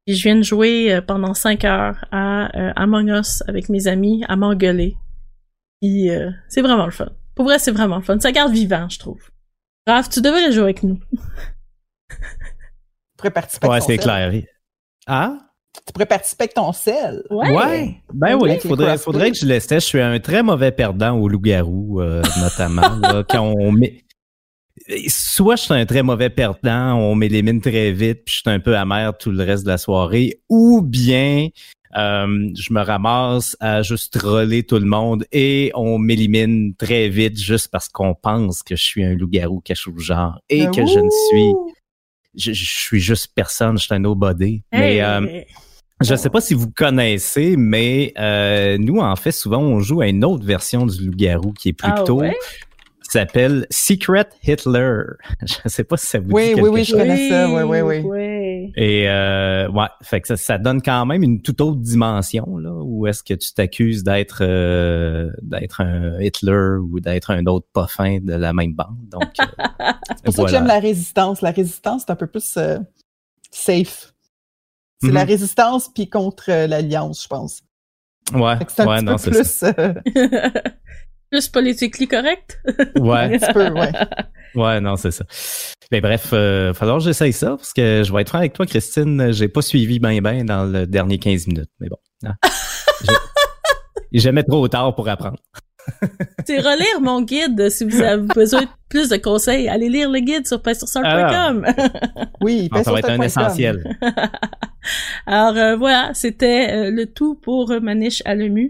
Puis je viens de jouer euh, pendant cinq heures à euh, Among Us avec mes amis, à m'engueuler. Puis euh, c'est vraiment le fun. Pour vrai, c'est vraiment le fun. Ça garde vivant, je trouve. Raph, tu devrais jouer avec nous. Tu pourrais participer Ouais, avec ton c'est sel. clair. Ah? Tu pourrais participer avec ton sel. Ouais. Ouais. Ben oui, faudrait, faudrait que je l'essaie. Je suis un très mauvais perdant au loup-garou, euh, notamment. là, quand on met... Soit je suis un très mauvais perdant, on m'élimine très vite, puis je suis un peu amer tout le reste de la soirée, ou bien euh, je me ramasse à juste troller tout le monde et on m'élimine très vite juste parce qu'on pense que je suis un loup-garou caché au genre et que je ne suis... Je, je suis juste personne, je suis un nobody. Mais... Hey. Euh, Je ne sais pas si vous connaissez, mais euh, nous, en fait, souvent, on joue à une autre version du loup-garou qui est plutôt... Ah ouais? qui s'appelle Secret Hitler. Je ne sais pas si ça vous Oui, dit oui, quelque oui, je chose. connais ça. Oui, oui, oui. Ouais. Et euh, ouais, fait que ça, ça donne quand même une toute autre dimension, là, où est-ce que tu t'accuses d'être euh, d'être un Hitler ou d'être un autre pas fin de la même bande. Donc, euh, C'est pour ça que j'aime la résistance. La résistance, c'est un peu plus euh, safe. C'est Mm-hmm. la résistance puis contre euh, l'alliance, je pense. Ouais, Fait que c'est un ouais, petit non, peu c'est plus... ça. euh, Plus politiquement correct? Ouais. un petit peu, ouais. Ouais, non, c'est ça. Mais bref, euh, falloir que j'essaye ça, parce que je vais être franc avec toi, Christine, j'ai pas suivi bien ben dans le dernier quinze minutes. Mais bon, hein. J'ai jamais trop tard pour apprendre. C'est relire mon guide si vous avez besoin de plus de conseils. Allez lire le guide sur paysurstar point com. Oui, Non, ça va être un essentiel. Alors euh, voilà, c'était euh, le tout pour euh, Maniche à l'E M U.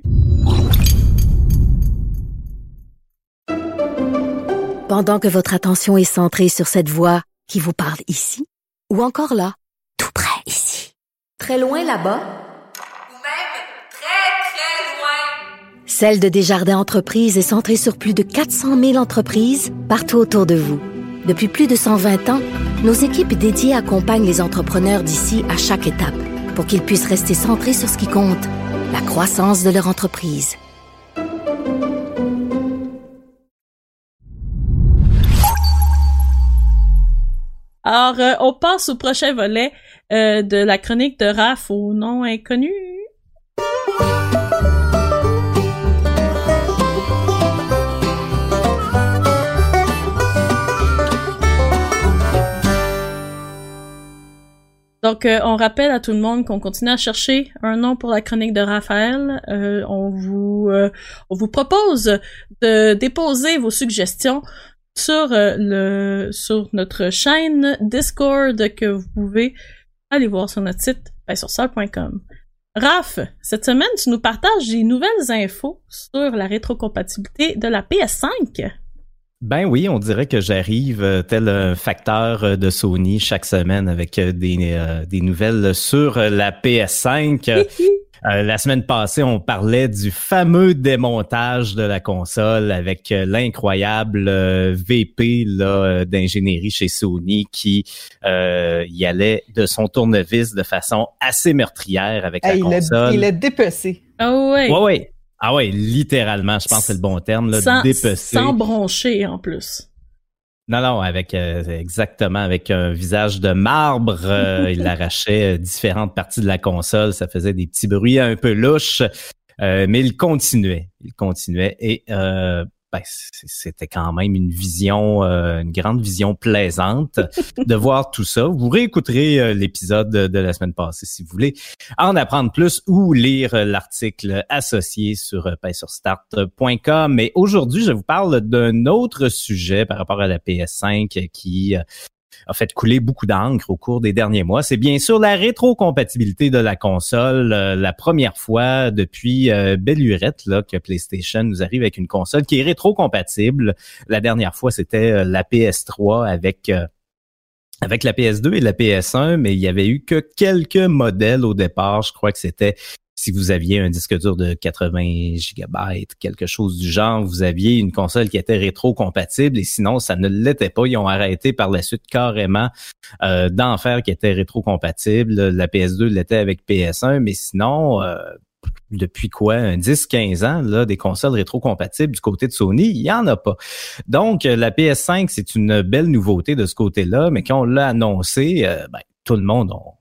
Pendant que votre attention est centrée sur cette voix qui vous parle ici, ou encore là, tout près ici, très loin là-bas, Ou même très, très loin. Celle de Desjardins Entreprises est centrée sur plus de quatre cent mille entreprises partout autour de vous. Depuis plus de cent vingt ans, nos équipes dédiées accompagnent les entrepreneurs d'ici à chaque étape pour qu'ils puissent rester centrés sur ce qui compte, la croissance de leur entreprise. Alors, euh, on passe au prochain volet euh, de la chronique de Raph au nom inconnu. Donc, euh, on rappelle à tout le monde qu'on continue à chercher un nom pour la chronique de Raphaël. Euh, on vous, euh, on vous propose de déposer vos suggestions sur euh, le sur notre chaîne Discord que vous pouvez aller voir sur notre site paysurstar point com. Raph, cette semaine, tu nous partages des nouvelles infos sur la rétrocompatibilité de la P S cinq. Ben oui, on dirait que j'arrive euh, tel un facteur euh, de Sony chaque semaine avec euh, des, euh, des nouvelles sur euh, la P S cinq. Euh, la semaine passée, on parlait du fameux démontage de la console avec euh, l'incroyable euh, V P là, euh, d'ingénierie chez Sony qui euh, y allait de son tournevis de façon assez meurtrière avec Hey, la il l'a- console. il l'a dépecé. Ah ouais. Ouais, ouais. Ah ouais, littéralement, je pense que c'est le bon terme, là, sans, dépecé. sans broncher en plus. Non, non, avec euh, exactement, avec un visage de marbre, euh, il arrachait euh, différentes parties de la console, ça faisait des petits bruits un peu louches, euh, mais il continuait, il continuait et euh, ben, c'était quand même une vision, euh, une grande vision plaisante de voir tout ça. Vous réécouterez euh, l'épisode de, de la semaine passée si vous voulez en apprendre plus ou lire euh, l'article associé sur euh, paysurstar point com. Mais aujourd'hui, je vous parle d'un autre sujet par rapport à la P S cinq qui euh, a fait couler beaucoup d'encre au cours des derniers mois. C'est bien sûr la rétrocompatibilité de la console. Euh, la première fois depuis euh, belle lurette là, que PlayStation nous arrive avec une console qui est rétrocompatible. La dernière fois, c'était euh, la P S trois avec... Euh, avec la P S deux et la P S un, mais il y avait eu que quelques modèles au départ. Je crois que c'était si vous aviez un disque dur de quatre-vingts gigabytes, quelque chose du genre, vous aviez une console qui était rétro-compatible et sinon, ça ne l'était pas. Ils ont arrêté par la suite carrément euh, d'en faire qui était rétro-compatible. La P S deux l'était avec P S un, mais sinon... Euh, depuis quoi, un dix quinze ans, là, des consoles rétro-compatibles du côté de Sony, il y en a pas. Donc, la P S cinq, c'est une belle nouveauté de ce côté-là, mais quand on l'a annoncé, euh, ben, tout le monde, on,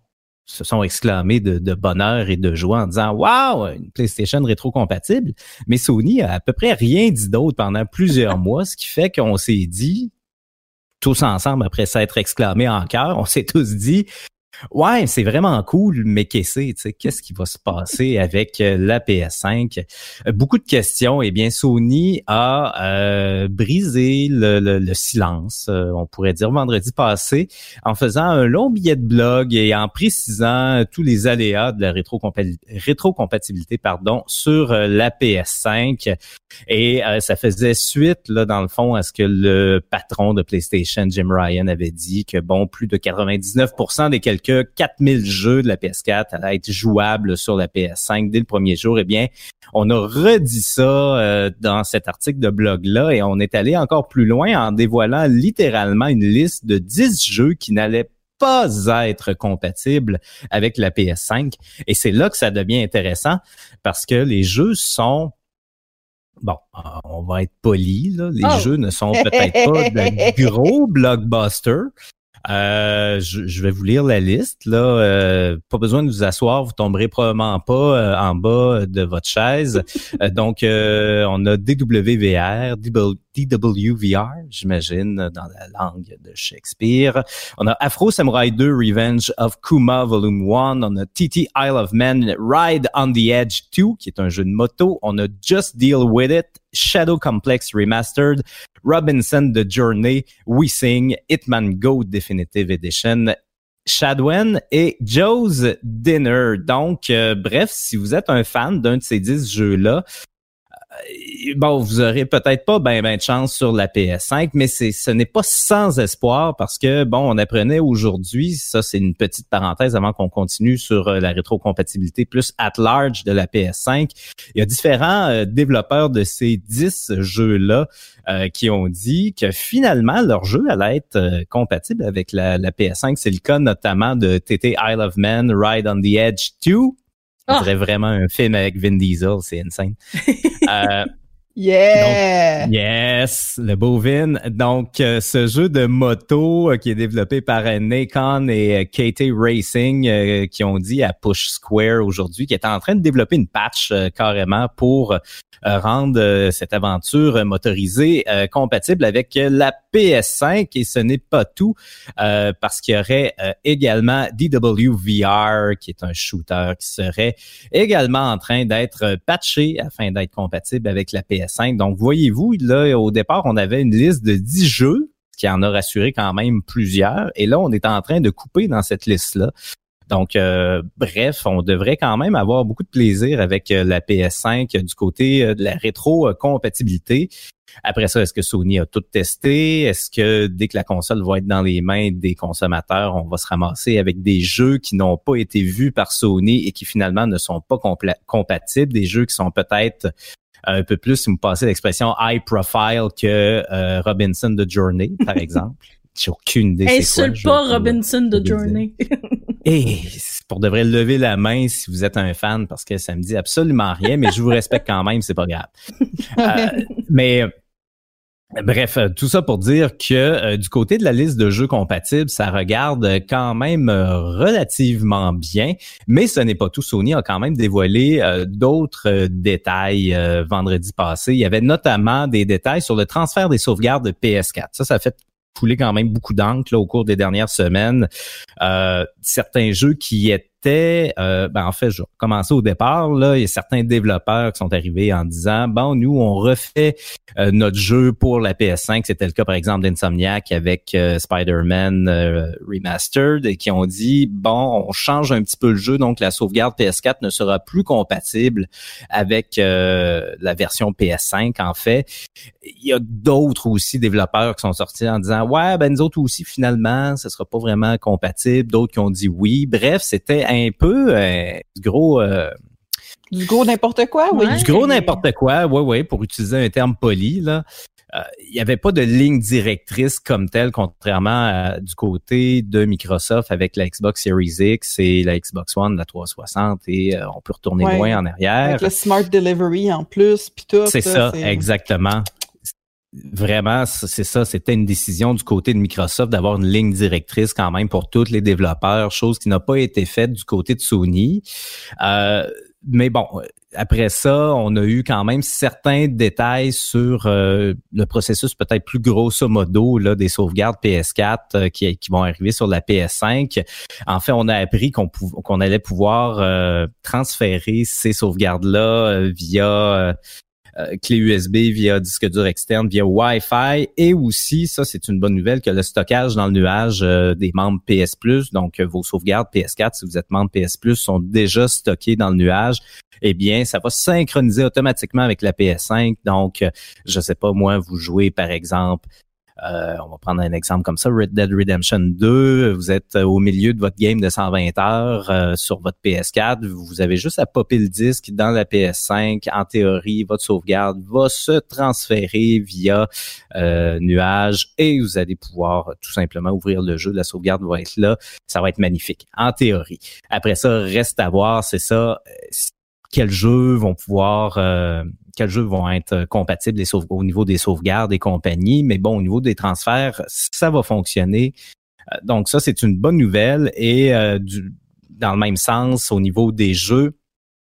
se sont exclamés de, de bonheur et de joie en disant « Wow, une PlayStation rétro-compatible ». Mais Sony a à peu près rien dit d'autre pendant plusieurs mois, ce qui fait qu'on s'est dit, tous ensemble, après s'être exclamés en chœur, on s'est tous dit « Ouais, c'est vraiment cool, mais qu'est-ce tu sais, qu'est-ce qui va se passer avec la P S cinq? Beaucoup de questions. Eh bien, Sony a euh, brisé le, le, le silence, euh, on pourrait dire vendredi passé, en faisant un long billet de blog et en précisant tous les aléas de la rétrocompatibilité, rétrocompatibilité pardon, sur la P S cinq. Et euh, ça faisait suite, là, dans le fond, à ce que le patron de PlayStation, Jim Ryan, avait dit que, bon, plus de quatre-vingt-dix-neuf pour cent des quelques quatre mille jeux de la P S quatre allaient être jouables sur la P S cinq dès le premier jour. Eh bien, on a redit ça euh, dans cet article de blog-là et on est allé encore plus loin en dévoilant littéralement une liste de dix jeux qui n'allaient pas être compatibles avec la P S cinq. Et c'est là que ça devient intéressant parce que les jeux sont... Bon, on va être poli, là. Les oh. jeux ne sont peut-être pas de gros blockbusters. Euh, je, je vais vous lire la liste. Là, euh, pas besoin de vous asseoir, vous tomberez probablement pas euh, en bas de votre chaise. Euh, donc, euh, on a D W V R, D W V R, j'imagine, dans la langue de Shakespeare. On a Afro Samurai deux, Revenge of Kuma Volume un. On a T T Isle of Men, Ride on the Edge deux, qui est un jeu de moto. On a Just Deal With It, Shadow Complex Remastered, Robinson The Journey, We Sing, Hitman Go Definitive Edition, Shadwen et Joe's Dinner. Donc, euh, bref, si vous êtes un fan d'un de ces dix jeux-là, euh, bon, vous aurez peut-être pas ben ben de chance sur la P S cinq, mais c'est ce n'est pas sans espoir parce que, bon, on apprenait aujourd'hui, ça c'est une petite parenthèse avant qu'on continue sur euh, la rétrocompatibilité plus at large de la P S cinq. Il y a différents euh, développeurs de ces dix jeux-là euh, qui ont dit que finalement leur jeu allait être euh, compatible avec la, la P S cinq. C'est le cas notamment de T T Isle of Men, Ride on the Edge deux. On dirait oh. vraiment un film avec Vin Diesel, c'est insane. euh, Yeah! Donc, yes, le beau Vin. Donc, euh, ce jeu de moto euh, qui est développé par euh, Nacon et euh, K T Racing euh, qui ont dit à Push Square aujourd'hui qui est en train de développer une patch euh, carrément pour euh, rendre euh, cette aventure motorisée euh, compatible avec euh, la P S cinq. Et ce n'est pas tout euh, parce qu'il y aurait euh, également D W V R qui est un shooter qui serait également en train d'être patché afin d'être compatible avec la P S cinq. Donc, voyez-vous, là, au départ, on avait une liste de dix jeux, qui en a rassuré quand même plusieurs. Et là, on est en train de couper dans cette liste-là. Donc, euh, bref, on devrait quand même avoir beaucoup de plaisir avec euh, la P S cinq euh, du côté euh, de la rétro-compatibilité. Après ça, est-ce que Sony a tout testé? Est-ce que dès que la console va être dans les mains des consommateurs, on va se ramasser avec des jeux qui n'ont pas été vus par Sony et qui finalement ne sont pas compla- compatibles, des jeux qui sont peut-être un peu plus, si vous me passez l'expression, high profile que euh, Robinson The Journey, par exemple. J'ai aucune idée c'est quoi. Insulte pas Robinson The Journey. Et pour de vrai, lever la main si vous êtes un fan parce que ça me dit absolument rien, mais je vous respecte quand même, c'est pas grave. Euh, mais bref, tout ça pour dire que euh, du côté de la liste de jeux compatibles, ça regarde quand même euh, relativement bien, mais ce n'est pas tout. Sony a quand même dévoilé euh, d'autres euh, détails euh, vendredi passé. Il y avait notamment des détails sur le transfert des sauvegardes de P S quatre. Ça, ça fait couler quand même beaucoup d'encre là, au cours des dernières semaines. Euh, certains jeux qui étaient Euh, ben en fait, je vais commencer au départ. Là, il y a certains développeurs qui sont arrivés en disant bon, nous on refait euh, notre jeu pour la P S cinq. C'était le cas par exemple d'Insomniac avec euh, Spider-Man euh, Remastered et qui ont dit bon, on change un petit peu le jeu, donc la sauvegarde P S quatre ne sera plus compatible avec euh, la version P S cinq. En fait, il y a d'autres aussi développeurs qui sont sortis en disant ouais, ben nous autres aussi finalement, ce sera pas vraiment compatible. D'autres qui ont dit oui. Bref, c'était un peu euh, du gros... Euh, du gros n'importe quoi, oui. Du gros n'importe quoi, oui, oui, pour utiliser un terme poli, là. Il euh, n'y avait pas de ligne directrice comme telle, contrairement à, du côté de Microsoft avec la Xbox Series X et la Xbox One, la trois cent soixante, et euh, on peut retourner ouais, loin en arrière. Avec le Smart Delivery en plus, puis tout. C'est ça, ça c'est... exactement. vraiment, c'est ça, c'était une décision du côté de Microsoft d'avoir une ligne directrice quand même pour tous les développeurs, chose qui n'a pas été faite du côté de Sony. Euh, mais bon, après ça, on a eu quand même certains détails sur euh, le processus peut-être plus grosso modo là, des sauvegardes P S quatre euh, qui, qui vont arriver sur la P S cinq. En fait, on a appris qu'on, pou- qu'on allait pouvoir euh, transférer ces sauvegardes-là euh, via... Euh, Euh, clé U S B, via disque dur externe, via Wi-Fi, et aussi, ça c'est une bonne nouvelle, que le stockage dans le nuage euh, des membres P S Plus, donc euh, vos sauvegardes P S quatre, si vous êtes membre P S Plus, sont déjà stockées dans le nuage. Eh bien, ça va synchroniser automatiquement avec la P S cinq. Donc, euh, je sais pas, moi, vous jouez par exemple, Euh, on va prendre un exemple comme ça, Red Dead Redemption deux, vous êtes au milieu de votre game de cent vingt heures euh, sur votre P S quatre, vous avez juste à popper le disque dans la P S cinq. En théorie, votre sauvegarde va se transférer via euh, nuage et vous allez pouvoir tout simplement ouvrir le jeu. La sauvegarde va être là. Ça va être magnifique, en théorie. Après ça, reste à voir, c'est ça, quels jeux vont pouvoir... Euh, quels jeux vont être compatibles les sauve- au niveau des sauvegardes et compagnie. Mais bon, au niveau des transferts, ça va fonctionner. Donc ça, c'est une bonne nouvelle. Et euh, du, dans le même sens, au niveau des jeux,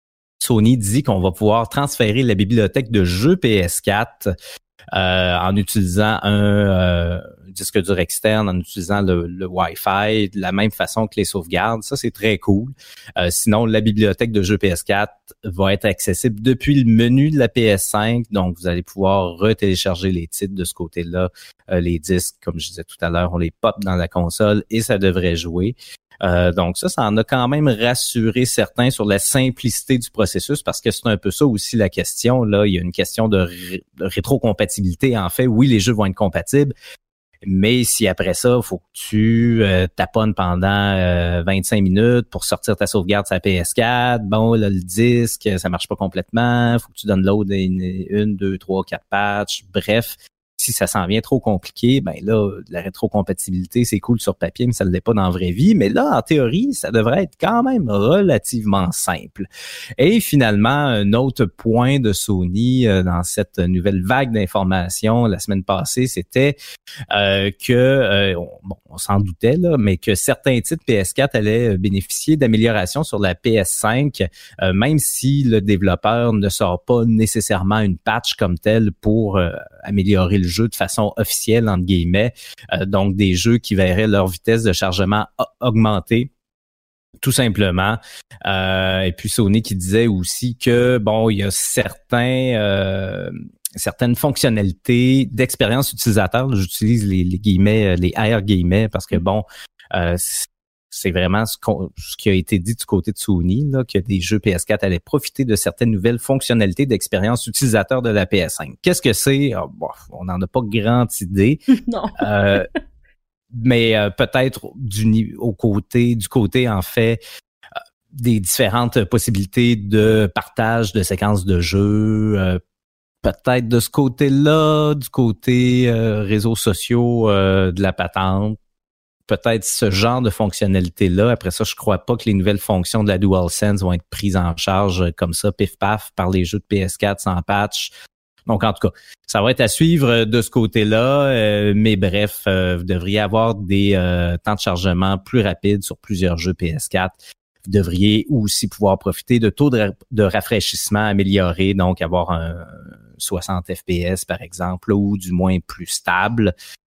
Sony dit qu'on va pouvoir transférer la bibliothèque de jeux P S quatre euh, en utilisant un euh, disque dur externe, en utilisant le, le Wi-Fi, de la même façon que les sauvegardes. Ça, c'est très cool. Euh, sinon, la bibliothèque de jeux P S quatre va être accessible depuis le menu de la P S cinq. Donc, vous allez pouvoir retélécharger les titres de ce côté-là. Euh, les disques, comme je disais tout à l'heure, on les pop dans la console et ça devrait jouer. Euh, donc ça, ça en a quand même rassuré certains sur la simplicité du processus, parce que c'est un peu ça aussi la question. Là, il y a une question de, ré- de rétrocompatibilité. En fait, oui, les jeux vont être compatibles, mais si après ça, il faut que tu euh, taponnes pendant euh, vingt-cinq minutes pour sortir ta sauvegarde sur la P S quatre, bon, là, le disque, ça marche pas complètement, il faut que tu downloades une, une, deux, trois, quatre patchs, bref. Si ça s'en vient trop compliqué, ben là, la rétrocompatibilité, c'est cool sur papier, mais ça ne l'est pas dans la vraie vie. Mais là, en théorie, ça devrait être quand même relativement simple. Et finalement, un autre point de Sony euh, dans cette nouvelle vague d'informations la semaine passée, c'était euh, que, euh, on, bon, on s'en doutait, là, mais que certains titres P S quatre allaient bénéficier d'améliorations sur la P S cinq, euh, même si le développeur ne sort pas nécessairement une patch comme telle pour euh, améliorer le jeu de façon officielle, entre guillemets. Euh, donc, des jeux qui verraient leur vitesse de chargement a- augmenter, tout simplement. Euh, et puis, Sony qui disait aussi que, bon, il y a certains... Euh, certaines fonctionnalités d'expérience utilisateur. J'utilise les, les guillemets, les air guillemets, parce que, bon, euh, c'est vraiment ce, qu'on, ce qui a été dit du côté de Sony, là, que des jeux P S quatre allaient profiter de certaines nouvelles fonctionnalités d'expérience utilisateur de la P S cinq. Qu'est-ce que c'est? Oh, bon, on n'en a pas grande idée. Non. euh, mais euh, peut-être du, au côté, du côté, en fait, euh, des différentes possibilités de partage de séquences de jeux, euh, peut-être de ce côté-là, du côté euh, réseaux sociaux euh, de la patente. Peut-être ce genre de fonctionnalité-là. Après ça, je crois pas que les nouvelles fonctions de la DualSense vont être prises en charge comme ça, pif-paf, par les jeux de P S quatre sans patch. Donc, en tout cas, ça va être à suivre de ce côté-là. Euh, mais bref, euh, vous devriez avoir des euh, temps de chargement plus rapides sur plusieurs jeux P S quatre. Vous devriez aussi pouvoir profiter de taux de, ra- de rafraîchissement améliorés, donc avoir un soixante F P S, par exemple, ou du moins plus stable.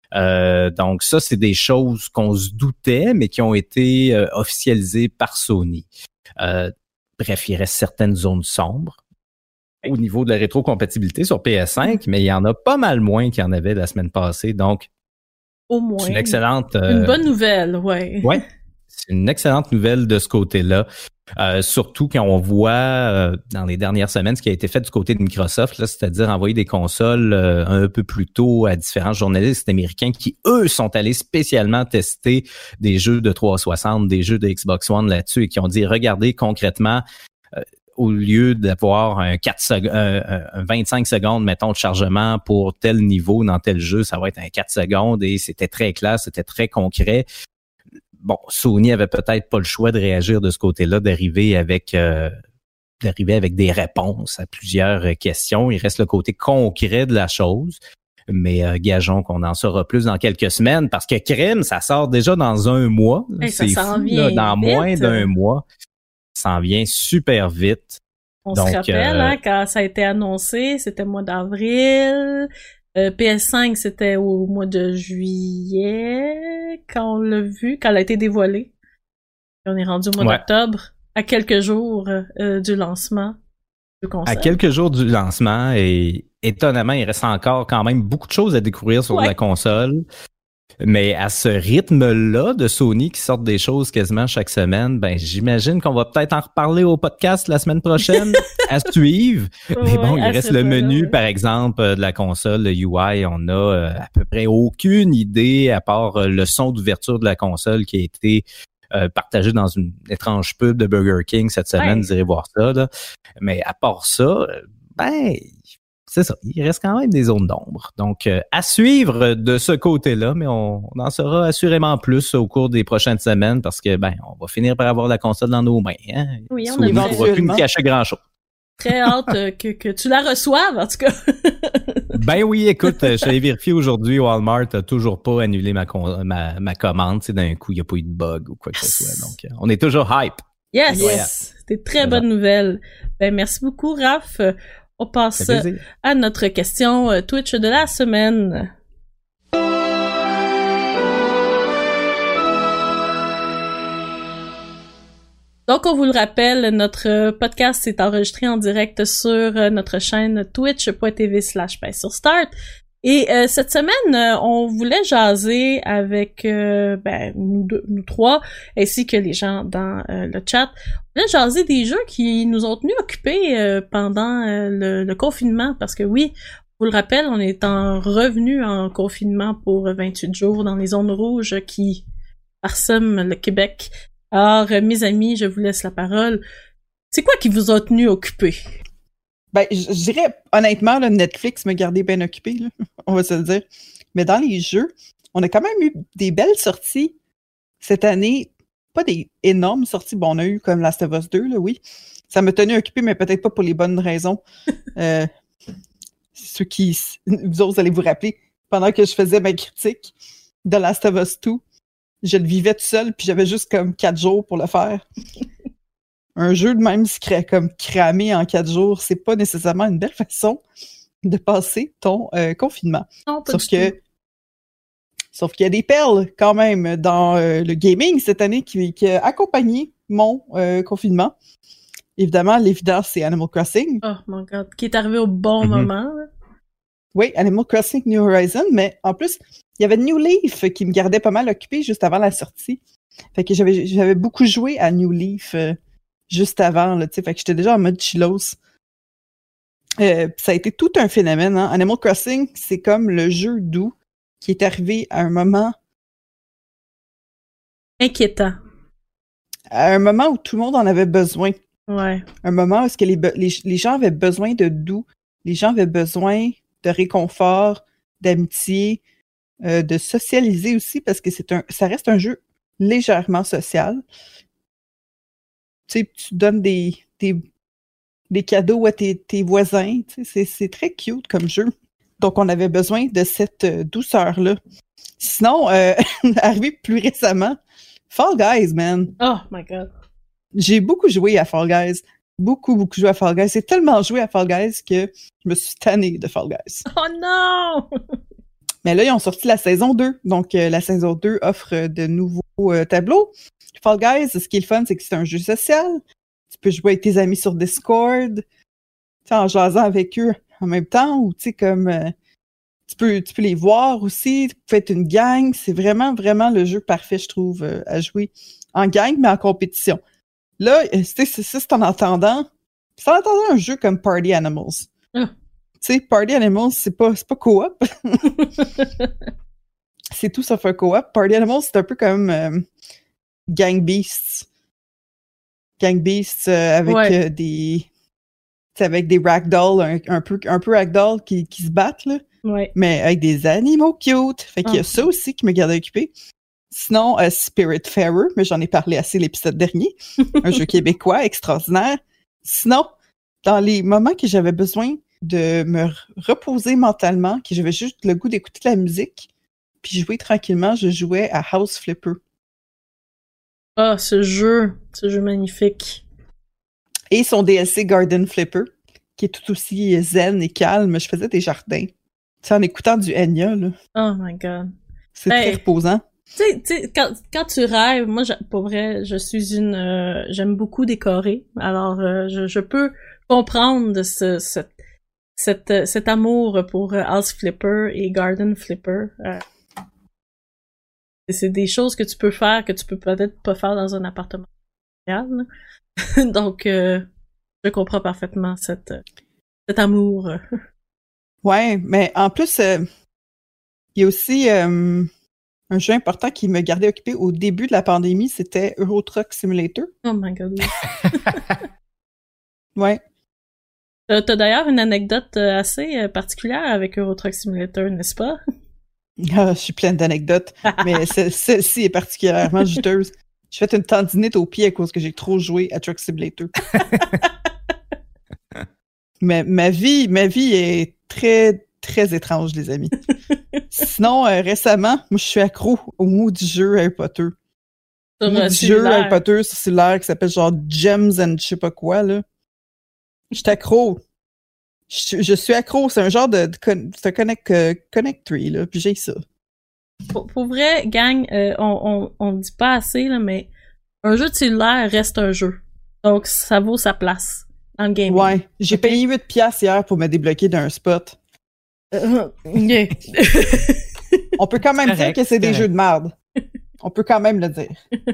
Euh, donc ça, c'est des choses qu'on se doutait, mais qui ont été euh, officialisées par Sony. Euh, bref, il reste certaines zones sombres au niveau de la rétrocompatibilité sur P S cinq, mais il y en a pas mal moins qu'il y en avait la semaine passée. Donc, au moins, c'est une excellente... Euh, une bonne nouvelle, ouais. Ouais, c'est une excellente nouvelle de ce côté-là. Euh, surtout quand on voit euh, dans les dernières semaines ce qui a été fait du côté de Microsoft, là, c'est-à-dire envoyer des consoles euh, un peu plus tôt à différents journalistes américains qui, eux, sont allés spécialement tester des jeux de trois cent soixante, des jeux de Xbox One là-dessus, et qui ont dit, regardez concrètement, euh, au lieu d'avoir un, quatre seg- un, un vingt-cinq secondes, mettons, de chargement pour tel niveau dans tel jeu, ça va être un quatre secondes, et c'était très clair, c'était très concret. Bon, Sony avait peut-être pas le choix de réagir de ce côté-là, d'arriver avec euh, d'arriver avec des réponses à plusieurs questions. Il reste le côté concret de la chose. Mais euh, gageons qu'on en saura plus dans quelques semaines parce que Crime, ça sort déjà dans un mois. Hey, ça c'est s'en fou, vient là, dans vite. moins d'un mois. Ça s'en vient super vite. On Donc, se rappelle, euh, hein, quand ça a été annoncé, c'était le mois d'avril. Euh, P S cinq, c'était au mois de juillet, quand on l'a vu, quand elle a été dévoilée. On est rendu au mois Ouais. d'octobre, à quelques jours euh, du lancement du console. À quelques jours du lancement, et étonnamment, il reste encore quand même beaucoup de choses à découvrir sur Ouais. la console. Mais à ce rythme-là de Sony qui sortent des choses quasiment chaque semaine, ben j'imagine qu'on va peut-être en reparler au podcast la semaine prochaine à suivre. Mais bon, Ouais, il à reste ce le point-là, menu, ouais. par exemple, euh, de la console, le U I. On a euh, à peu près aucune idée à part euh, le son d'ouverture de la console qui a été euh, partagé dans une étrange pub de Burger King cette semaine. Ouais. Vous irez voir ça, là. Mais à part ça, euh, ben... c'est ça, il reste quand même des zones d'ombre. Donc, euh, à suivre de ce côté-là, mais on, on en saura assurément plus au cours des prochaines semaines parce que, ben, on va finir par avoir la console dans nos mains. Hein? Oui, on a Sony ne pourra plus éventuellement. nous cacher grand-chose. Très hâte euh, que, que tu la reçoives, en tout cas. Ben oui, écoute, euh, je l'ai vérifié aujourd'hui, Walmart a toujours pas annulé ma, con- ma, ma commande. C'est d'un coup, il n'y a pas eu de bug ou quoi que ce soit. Donc, euh, on est toujours hype. Yes! Incroyable. C'était une très bonne nouvelle. Ben, merci beaucoup, Raph. On passe Ça fait plaisir. à notre question euh, Twitch de la semaine. Donc, on vous le rappelle, notre podcast est enregistré en direct sur notre chaîne twitch.tv slash Pay sur Start. Et euh, cette semaine, euh, on voulait jaser avec euh, ben, nous, deux, nous trois, ainsi que les gens dans euh, le chat. On voulait jaser des jeux qui nous ont tenus occupés euh, pendant euh, le, le confinement, parce que oui, je vous le rappelle, on est en revenu en confinement pour vingt-huit jours dans les zones rouges qui parsèment le Québec. Alors, euh, mes amis, je vous laisse la parole. C'est quoi qui vous a tenu occupés? Ben, je je dirais, honnêtement, là, Netflix me gardait bien occupé, là, on va se le dire. Mais dans les jeux, on a quand même eu des belles sorties cette année. Pas des énormes sorties. Bon, on a eu comme Last of Us deux, là, oui. Ça m'a tenu occupé, mais peut-être pas pour les bonnes raisons. Euh, ceux qui, vous autres, allez vous rappeler, pendant que je faisais ma critique de Last of Us deux, je le vivais tout seul, puis j'avais juste comme quatre jours pour le faire. Un jeu de même se crée comme cramé en quatre jours, c'est pas nécessairement une belle façon de passer ton euh, confinement. Non, pas Sauf du que, tout. sauf qu'il y a des perles quand même dans euh, le gaming cette année qui, qui a accompagné mon euh, confinement. Évidemment, l'évidence, c'est Animal Crossing. Oh mon god, qui est arrivé au bon Mhm. moment. là. Oui, Animal Crossing New Horizon, mais en plus, il y avait New Leaf qui me gardait pas mal occupé juste avant la sortie. Fait que j'avais, j'avais beaucoup joué à New Leaf euh, juste avant, là, tu sais, fait que j'étais déjà en mode chillos. Euh, ça a été tout un phénomène, hein. Animal Crossing, c'est comme le jeu doux qui est arrivé à un moment, Inquiétant. à un moment où tout le monde en avait besoin. Ouais. Un moment où est-ce que les, be- les, les gens avaient besoin de doux, les gens avaient besoin de réconfort, d'amitié, euh, de socialiser aussi, parce que c'est un, ça reste un jeu légèrement social. Tu sais, tu donnes des, des, des cadeaux à tes, tes voisins, tu sais, c'est, c'est très cute comme jeu. Donc, on avait besoin de cette euh, douceur-là. Sinon, euh, arrivé plus récemment, Fall Guys, man. Oh my god. J'ai beaucoup joué à Fall Guys. Beaucoup, beaucoup joué à Fall Guys. J'ai tellement joué à Fall Guys que je me suis tannée de Fall Guys. Oh non! Mais là, ils ont sorti la saison deux. Donc, euh, la saison deux offre euh, de nouveaux euh, tableaux. Fall Guys, ce qui est le fun, c'est que c'est un jeu social. Tu peux jouer avec tes amis sur Discord, tu sais, en jasant avec eux en même temps, ou tu sais, comme... euh, tu peux, tu peux les voir aussi, tu peux être une gang. C'est vraiment, vraiment le jeu parfait, je trouve, euh, à jouer en gang, mais en compétition. Là, euh, c'est c'est ça, c'est en entendant... C'est en entendant un jeu comme Party Animals. Ah. Tu sais, Party Animals, c'est pas, c'est pas coop. C'est tout sauf un coop. Party Animals, c'est un peu comme euh, Gang Beasts. Gang Beasts euh, avec Ouais. euh, des... tu sais, avec des ragdolls, un, un peu, un peu ragdoll qui, qui se battent, là. Ouais. Mais avec des animaux cute. Fait qu'il y a Ah. ça aussi qui me garde occupé. Sinon, euh, Spiritfarer, mais j'en ai parlé assez l'épisode dernier. Un jeu québécois extraordinaire. Sinon, dans les moments que j'avais besoin de me reposer mentalement, que j'avais juste le goût d'écouter de la musique, puis jouer tranquillement. Je jouais à House Flipper. Ah, ce jeu, ce jeu magnifique. Et son D L C Garden Flipper, qui est tout aussi zen et calme. Je faisais des jardins. Tu sais, en écoutant du Enya, là. Oh my god. C'est hey, très reposant. Tu sais, tu sais, quand, quand tu rêves, moi, je, pour vrai, je suis une... Euh, j'aime beaucoup décorer. Alors, euh, je, je peux comprendre de ce, ce, cet, cet amour pour House Flipper et Garden Flipper. Euh, c'est des choses que tu peux faire que tu peux peut-être pas faire dans un appartement. Donc, euh, je comprends parfaitement cette, cet amour. Ouais, mais en plus, euh, il y a aussi euh, un jeu important qui me gardait occupé au début de la pandémie, c'était Euro Truck Simulator. Oh my god. Ouais. Euh, t'as d'ailleurs une anecdote assez particulière avec Euro Truck Simulator, n'est-ce pas? Ah, je suis pleine d'anecdotes, mais ce- celle-ci est particulièrement juteuse. J'ai fait une tendinite au pied à cause que j'ai trop joué à Truck Simulator. Mais ma vie, ma vie est très, très étrange, les amis. Sinon, euh, récemment, moi, je suis accro au mot du jeu Harry Potter. Sur Le mot euh, du jeu cellulaire. Harry Potter sur cellulaire qui s'appelle genre Gems and je sais pas quoi, là. Je suis accro. Je, je suis accro. C'est un genre de, de con- c'est un connect, euh, connect tree, là. Puis j'ai ça. Pour, pour vrai, gang, euh, on, on, on dit pas assez, là, mais un jeu de cellulaire reste un jeu. Donc, ça vaut sa place dans le game. Ouais. J'ai Ok. payé huit piastres hier pour me débloquer d'un spot. Euh, ok. On peut quand même C'est dire correct, que c'est des correct. jeux de merde. On peut quand même le dire.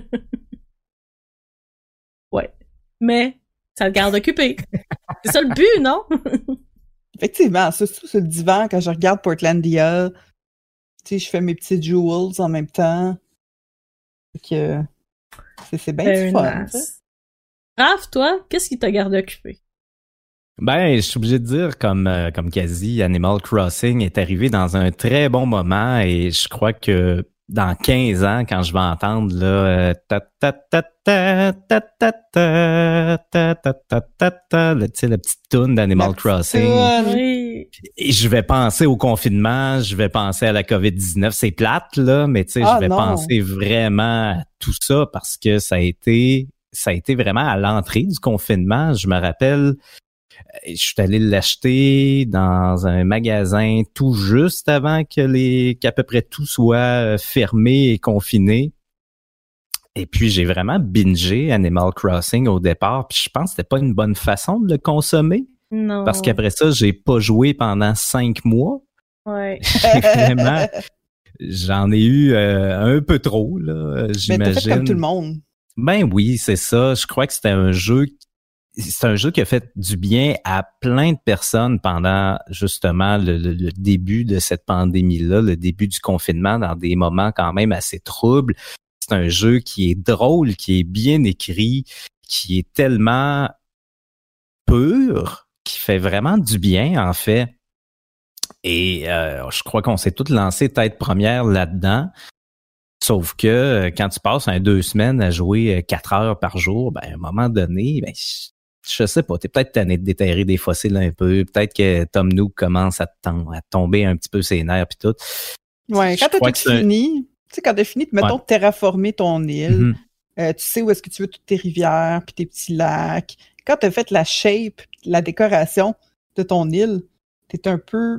Ouais. Mais, ça le garde occupé. C'est ça le but, non? Effectivement, surtout sur le divan, quand je regarde Portlandia, tu sais, je fais mes petits jewels en même temps. Fait que c'est, c'est bien Very du fun. tu sais. nice. Raph, toi, qu'est-ce qui t'a gardé occupé? Ben, je suis obligé de dire, comme, euh, comme quasi, Animal Crossing est arrivé dans un très bon moment et je crois que dans quinze ans, quand je vais entendre là, euh, ta ta ta ta ta ta ta ta ta ta ta ta, le- tu sais, la petite toune d'Animal La petite Crossing, toune. Oui. et je vais penser au confinement, je vais penser à la covid dix-neuf. C'est plate, là, mais tu sais, Ah, je vais non. penser vraiment à tout ça parce que ça a été, ça a été vraiment à l'entrée du confinement. Je me rappelle, je suis allé l'acheter dans un magasin tout juste avant que les qu'à peu près tout soit fermé et confiné. Et puis j'ai vraiment bingé Animal Crossing au départ, puis je pense que c'était pas une bonne façon de le consommer Non. parce qu'après ça, j'ai pas joué pendant cinq mois. Ouais. J'ai vraiment j'en ai eu euh, un peu trop là, Mais t'as j'imagine. fait comme tout le monde. Ben oui, c'est ça. Je crois que c'était un jeu, c'est un jeu qui a fait du bien à plein de personnes pendant justement le, le- le début de cette pandémie-là, le début du confinement, dans des moments quand même assez troubles. C'est un jeu qui est drôle, qui est bien écrit, qui est tellement pur, qui fait vraiment du bien en fait. Et euh, je crois qu'on s'est tous lancés tête première là-dedans. Sauf que euh, quand tu passes un deux semaines à jouer euh, quatre heures par jour, ben à un moment donné, ben je, je sais pas, t'es peut-être tanné de déterrer des fossiles un peu, peut-être que Tom Nook commence à, tom- à tomber un petit peu ses nerfs puis tout. Ouais, Je quand t'as crois tout que c'est un- fini, tu sais, quand t'as fini, mettons, Ouais. de terraformer ton île, Mhm. euh, tu sais où est-ce que tu veux toutes tes rivières puis tes petits lacs. Quand t'as fait la shape, la décoration de ton île, t'es un peu...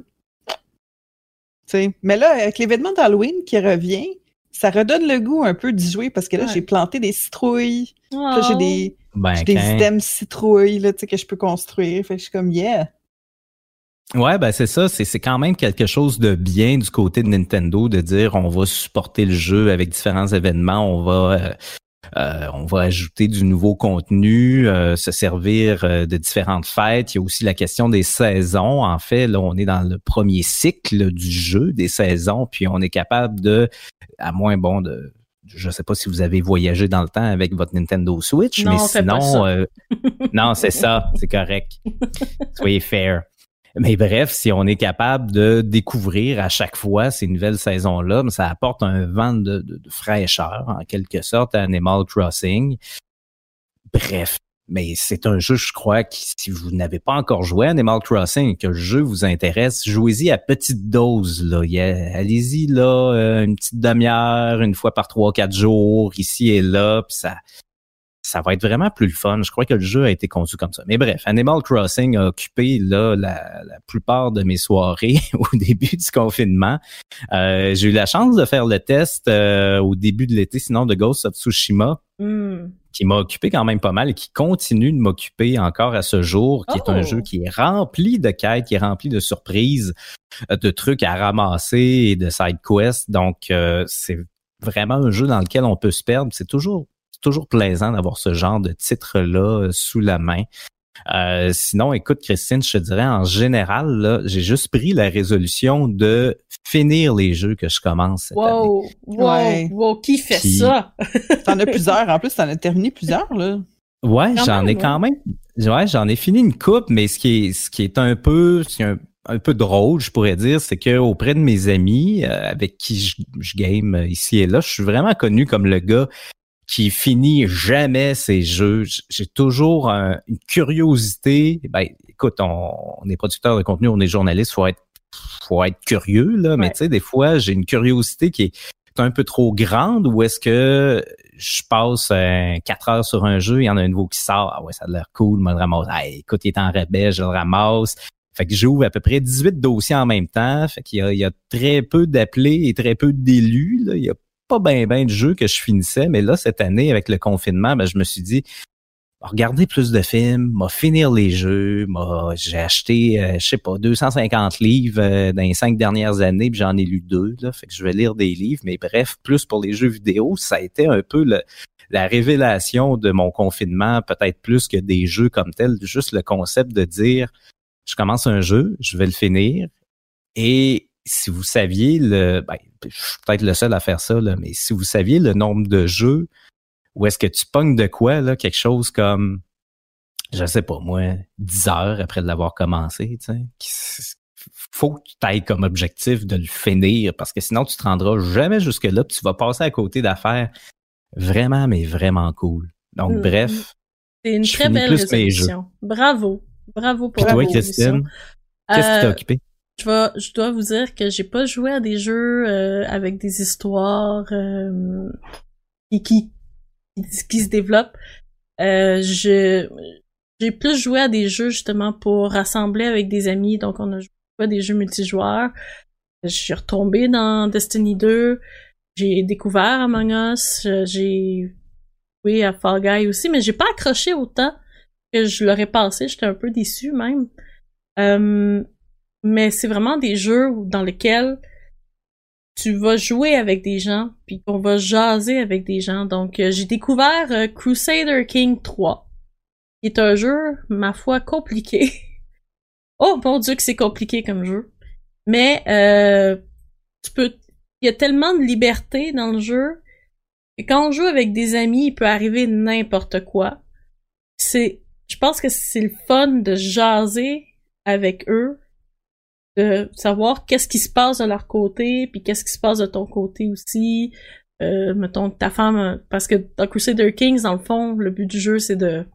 Tu sais. Mais là, avec l'événement d'Halloween qui revient, ça redonne le goût un peu d'y jouer parce que là, Ouais. j'ai planté des citrouilles. Puis là, Oh. j'ai des, Ben, j'ai des quand- items citrouilles là, tu sais, que je peux construire. Fait que je suis comme, yeah! Ouais, ben c'est ça, c'est c'est quand même quelque chose de bien du côté de Nintendo de dire on va supporter le jeu avec différents événements, on va euh, euh, on va ajouter du nouveau contenu, euh, se servir euh, de différentes fêtes. Il y a aussi la question des saisons. En fait, là, on est dans le premier cycle du jeu des saisons, puis on est capable de, à moins bon de je sais pas si vous avez voyagé dans le temps avec votre Nintendo Switch, Non, mais on fait pas sinon, ça. euh, non, c'est ça, c'est correct. Soyez fair. Mais bref, si on est capable de découvrir à chaque fois ces nouvelles saisons-là, ça apporte un vent de, de, de fraîcheur, en quelque sorte, à Animal Crossing. Bref, mais c'est un jeu, je crois, qui, si vous n'avez pas encore joué à Animal Crossing et que le jeu vous intéresse, jouez-y à petite dose, là. Yeah, allez-y, là, euh, une petite demi-heure, une fois par trois, quatre jours, ici et là, puis ça, ça va être vraiment plus le fun. Je crois que le jeu a été conçu comme ça. Mais bref, Animal Crossing a occupé, là, la, la plupart de mes soirées au début du confinement. Euh, j'ai eu la chance de faire le test euh, au début de l'été, sinon, de Ghost of Tsushima. Mm. Qui m'a occupé quand même pas mal et qui continue de m'occuper encore à ce jour, qui oh. est un jeu qui est rempli de quêtes, qui est rempli de surprises, de trucs à ramasser et de side quests. Donc, euh, c'est vraiment un jeu dans lequel on peut se perdre. C'est toujours, c'est toujours plaisant d'avoir ce genre de titre-là sous la main. Euh, sinon, écoute, Christine, je te dirais, en général, là, j'ai juste pris la résolution de finir les jeux que je commence cette wow, année. Wow, ouais. wow, qui fait Puis, ça? T'en as plusieurs. En plus, t'en as terminé plusieurs, là. Ouais, quand j'en même, ai ouais. quand même. Ouais, j'en ai fini une coupe, mais ce qui est, ce qui est un peu, ce qui est un, un peu drôle, je pourrais dire, c'est que auprès de mes amis, euh, avec qui je, je game ici et là, je suis vraiment connu comme le gars qui finit jamais ses jeux. J'ai toujours un, une curiosité. Ben, écoute, on, on est producteur de contenu, on est journaliste, faut être, faut être curieux, là. Ouais. Mais tu sais, des fois, j'ai une curiosité qui est un peu trop grande, ou est-ce que je passe euh, quatre heures sur un jeu, il y en a un nouveau qui sort, ah ouais, ça a l'air cool, je me le ramasse. Hey, écoute, il est en rabais, je le ramasse. Fait que j'ouvre à peu près dix-huit dossiers en même temps. Fait qu'il y a, il y a très peu d'appelés et très peu d'élus, là. Il y a pas ben ben de jeux que je finissais, mais là, cette année, avec le confinement, ben, je me suis dit, regarder plus de films, m'a finir les jeux, m'a, j'ai acheté, euh, je sais pas, deux cent cinquante livres euh, dans les cinq dernières années, puis j'en ai lu deux, là, fait que je vais lire des livres, mais bref, plus pour les jeux vidéo, ça a été un peu le, la révélation de mon confinement, peut-être plus que des jeux comme tels, juste le concept de dire, je commence un jeu, je vais le finir, et si vous saviez le, ben, je suis peut-être le seul à faire ça, là, mais si vous saviez le nombre de jeux où est-ce que tu pognes de quoi, là, quelque chose comme, je sais pas moi, dix heures après de l'avoir commencé, tu sais, faut que tu ailles comme objectif de le finir, parce que sinon tu te rendras jamais jusque-là, puis tu vas passer à côté d'affaires vraiment, mais vraiment cool. Donc, mmh. bref. C'est une très belle résolution. Bravo. Bravo pour la résolution. Puis toi, Christine, qu'est-ce qui t'a occupé? Je, vais, je dois vous dire que j'ai pas joué à des jeux euh, avec des histoires euh, qui, qui, qui se développent. Euh, je, j'ai plus joué à des jeux justement pour rassembler avec des amis. Donc on a joué à des jeux multijoueurs. Je suis retombée dans Destiny deux. J'ai découvert Among Us. J'ai joué à Fall Guy aussi, mais j'ai pas accroché autant que je l'aurais pensé. J'étais un peu déçue même. Euh, mais c'est vraiment des jeux dans lesquels tu vas jouer avec des gens, puis qu'on va jaser avec des gens. Donc, euh, j'ai découvert euh, Crusader King trois, qui est un jeu, ma foi, compliqué. Oh mon Dieu que c'est compliqué comme jeu. Mais, euh, tu peux... Il y a tellement de liberté dans le jeu, que quand on joue avec des amis, il peut arriver n'importe quoi. C'est... Je pense que c'est le fun de jaser avec eux, de savoir qu'est-ce qui se passe de leur côté, puis qu'est-ce qui se passe de ton côté aussi. Euh, mettons ta femme, parce que dans Crusader Kings, dans le fond, le but du jeu, c'est de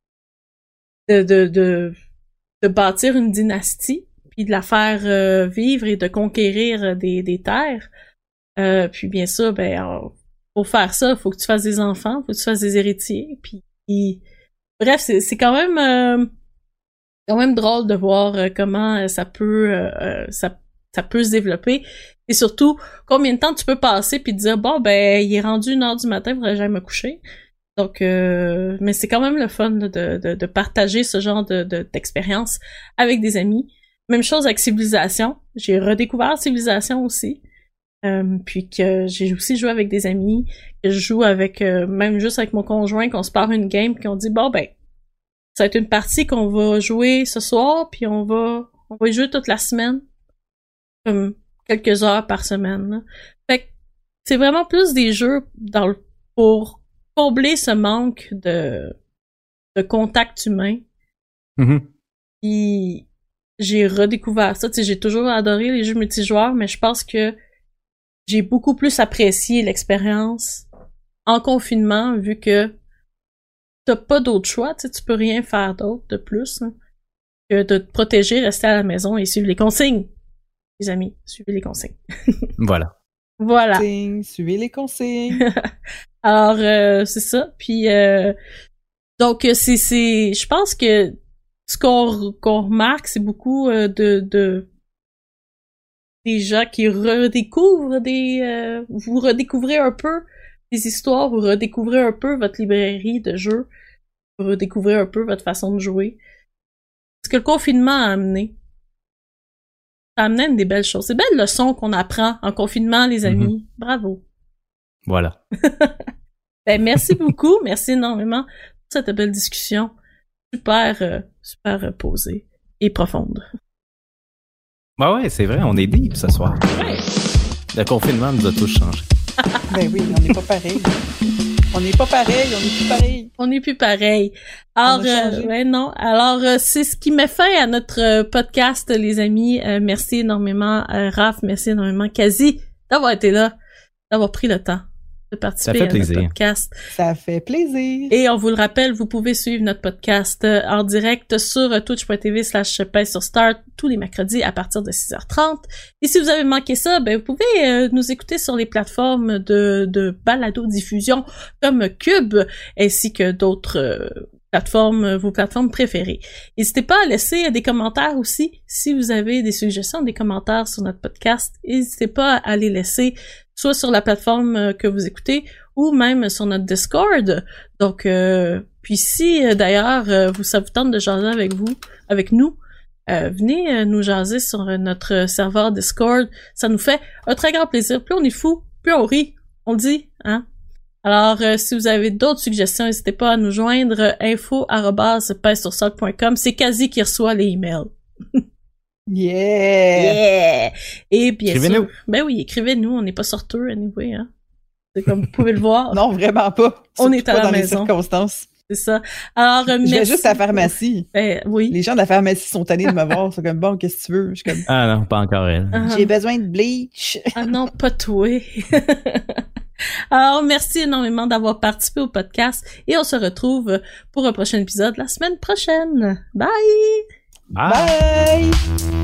de, de, de, de bâtir une dynastie, puis de la faire euh, vivre et de conquérir des, des terres. Euh, puis bien sûr, ben, alors, pour faire ça, il faut que tu fasses des enfants, faut que tu fasses des héritiers, puis... puis bref, c'est, c'est quand même... Euh, quand même drôle de voir euh, comment euh, ça peut euh, ça, ça peut se développer, et surtout combien de temps tu peux passer puis te dire bon ben il est rendu une heure du matin, faudrait que j'aille me coucher. Donc euh, mais c'est quand même le fun de, de, de partager ce genre de, de d'expérience avec des amis. Même chose avec Civilisation, j'ai redécouvert Civilisation aussi, euh, puis que j'ai aussi joué avec des amis, que je joue avec euh, même juste avec mon conjoint, qu'on se part une game puis qu'on dit bon ben ça va être une partie qu'on va jouer ce soir, puis on va on va y jouer toute la semaine, comme quelques heures par semaine. Là. Fait que c'est vraiment plus des jeux dans le, pour combler ce manque de de contact humain. Mm-hmm. Puis j'ai redécouvert ça. Tu sais, j'ai toujours adoré les jeux multijoueurs, mais je pense que j'ai beaucoup plus apprécié l'expérience en confinement, vu que t'as pas d'autre choix, tu sais, tu peux rien faire d'autre de plus hein, que de te protéger, rester à la maison et suivre les consignes. Les amis, suivez les consignes. Voilà. Voilà. Consignes, suivez les consignes. Alors, euh, c'est ça. Puis, euh, donc, c'est, c'est, je pense que ce qu'on, qu'on remarque, c'est beaucoup euh, de, de des gens qui redécouvrent des... Euh, vous redécouvrez un peu des histoires, vous redécouvrez un peu votre librairie de jeux, vous redécouvrez un peu votre façon de jouer. Ce que le confinement a amené. Ça amène des belles choses. C'est belles leçons qu'on apprend en confinement, les amis. Mm-hmm. Bravo. Voilà. Ben, merci beaucoup. Merci énormément pour cette belle discussion. Super, euh, super posée et profonde. Bah ouais, c'est vrai, on est deep ce soir. Ouais. Le confinement nous a tous changé. Ben oui, on n'est pas pareil. On n'est pas pareil, on n'est plus pareil. On n'est plus pareil. Alors, euh, ouais, non. Alors, euh, c'est ce qui met fin à notre euh, podcast, les amis. Euh, merci énormément, euh, Raph. Merci énormément, Kazi, d'avoir été là, d'avoir pris le temps de participer à notre podcast. Ça fait plaisir. Et on vous le rappelle, vous pouvez suivre notre podcast euh, en direct sur euh, twitch.tv slash pèse sur start tous les mercredis à partir de six heures trente. Et si vous avez manqué ça, ben vous pouvez euh, nous écouter sur les plateformes de, de balado-diffusion comme Cube, ainsi que d'autres euh, plateformes, vos plateformes préférées. N'hésitez pas à laisser des commentaires aussi. Si vous avez des suggestions, des commentaires sur notre podcast, n'hésitez pas à les laisser soit sur la plateforme que vous écoutez ou même sur notre Discord. Donc, euh, puis si euh, d'ailleurs euh, vous ça vous tente de jaser avec vous, avec nous, euh, venez euh, nous jaser sur euh, notre serveur Discord. Ça nous fait un très grand plaisir. Plus on est fou, plus on rit. On le dit, hein? Alors, euh, si vous avez d'autres suggestions, n'hésitez pas à nous joindre info arobase pèse sur start point com. C'est Kazi qui reçoit les emails. Yeah! Yeah! Et bien écrivez-nous. sûr, ben oui, écrivez-nous, on n'est pas sorteux, anyway, hein. C'est comme vous pouvez le voir. Non, vraiment pas. On Surtout est à pas la dans maison. les circonstances. C'est ça. Alors, euh, Je vais merci. juste à la pharmacie. Ben, oui. Les gens de la pharmacie sont tannés de me voir. C'est comme, bon, qu'est-ce que tu veux? Je suis comme, Ah non, pas encore elle. Uh-huh. j'ai besoin de bleach. Ah non, pas toi. Alors, merci énormément d'avoir participé au podcast et on se retrouve pour un prochain épisode la semaine prochaine. Bye! Bye! Bye!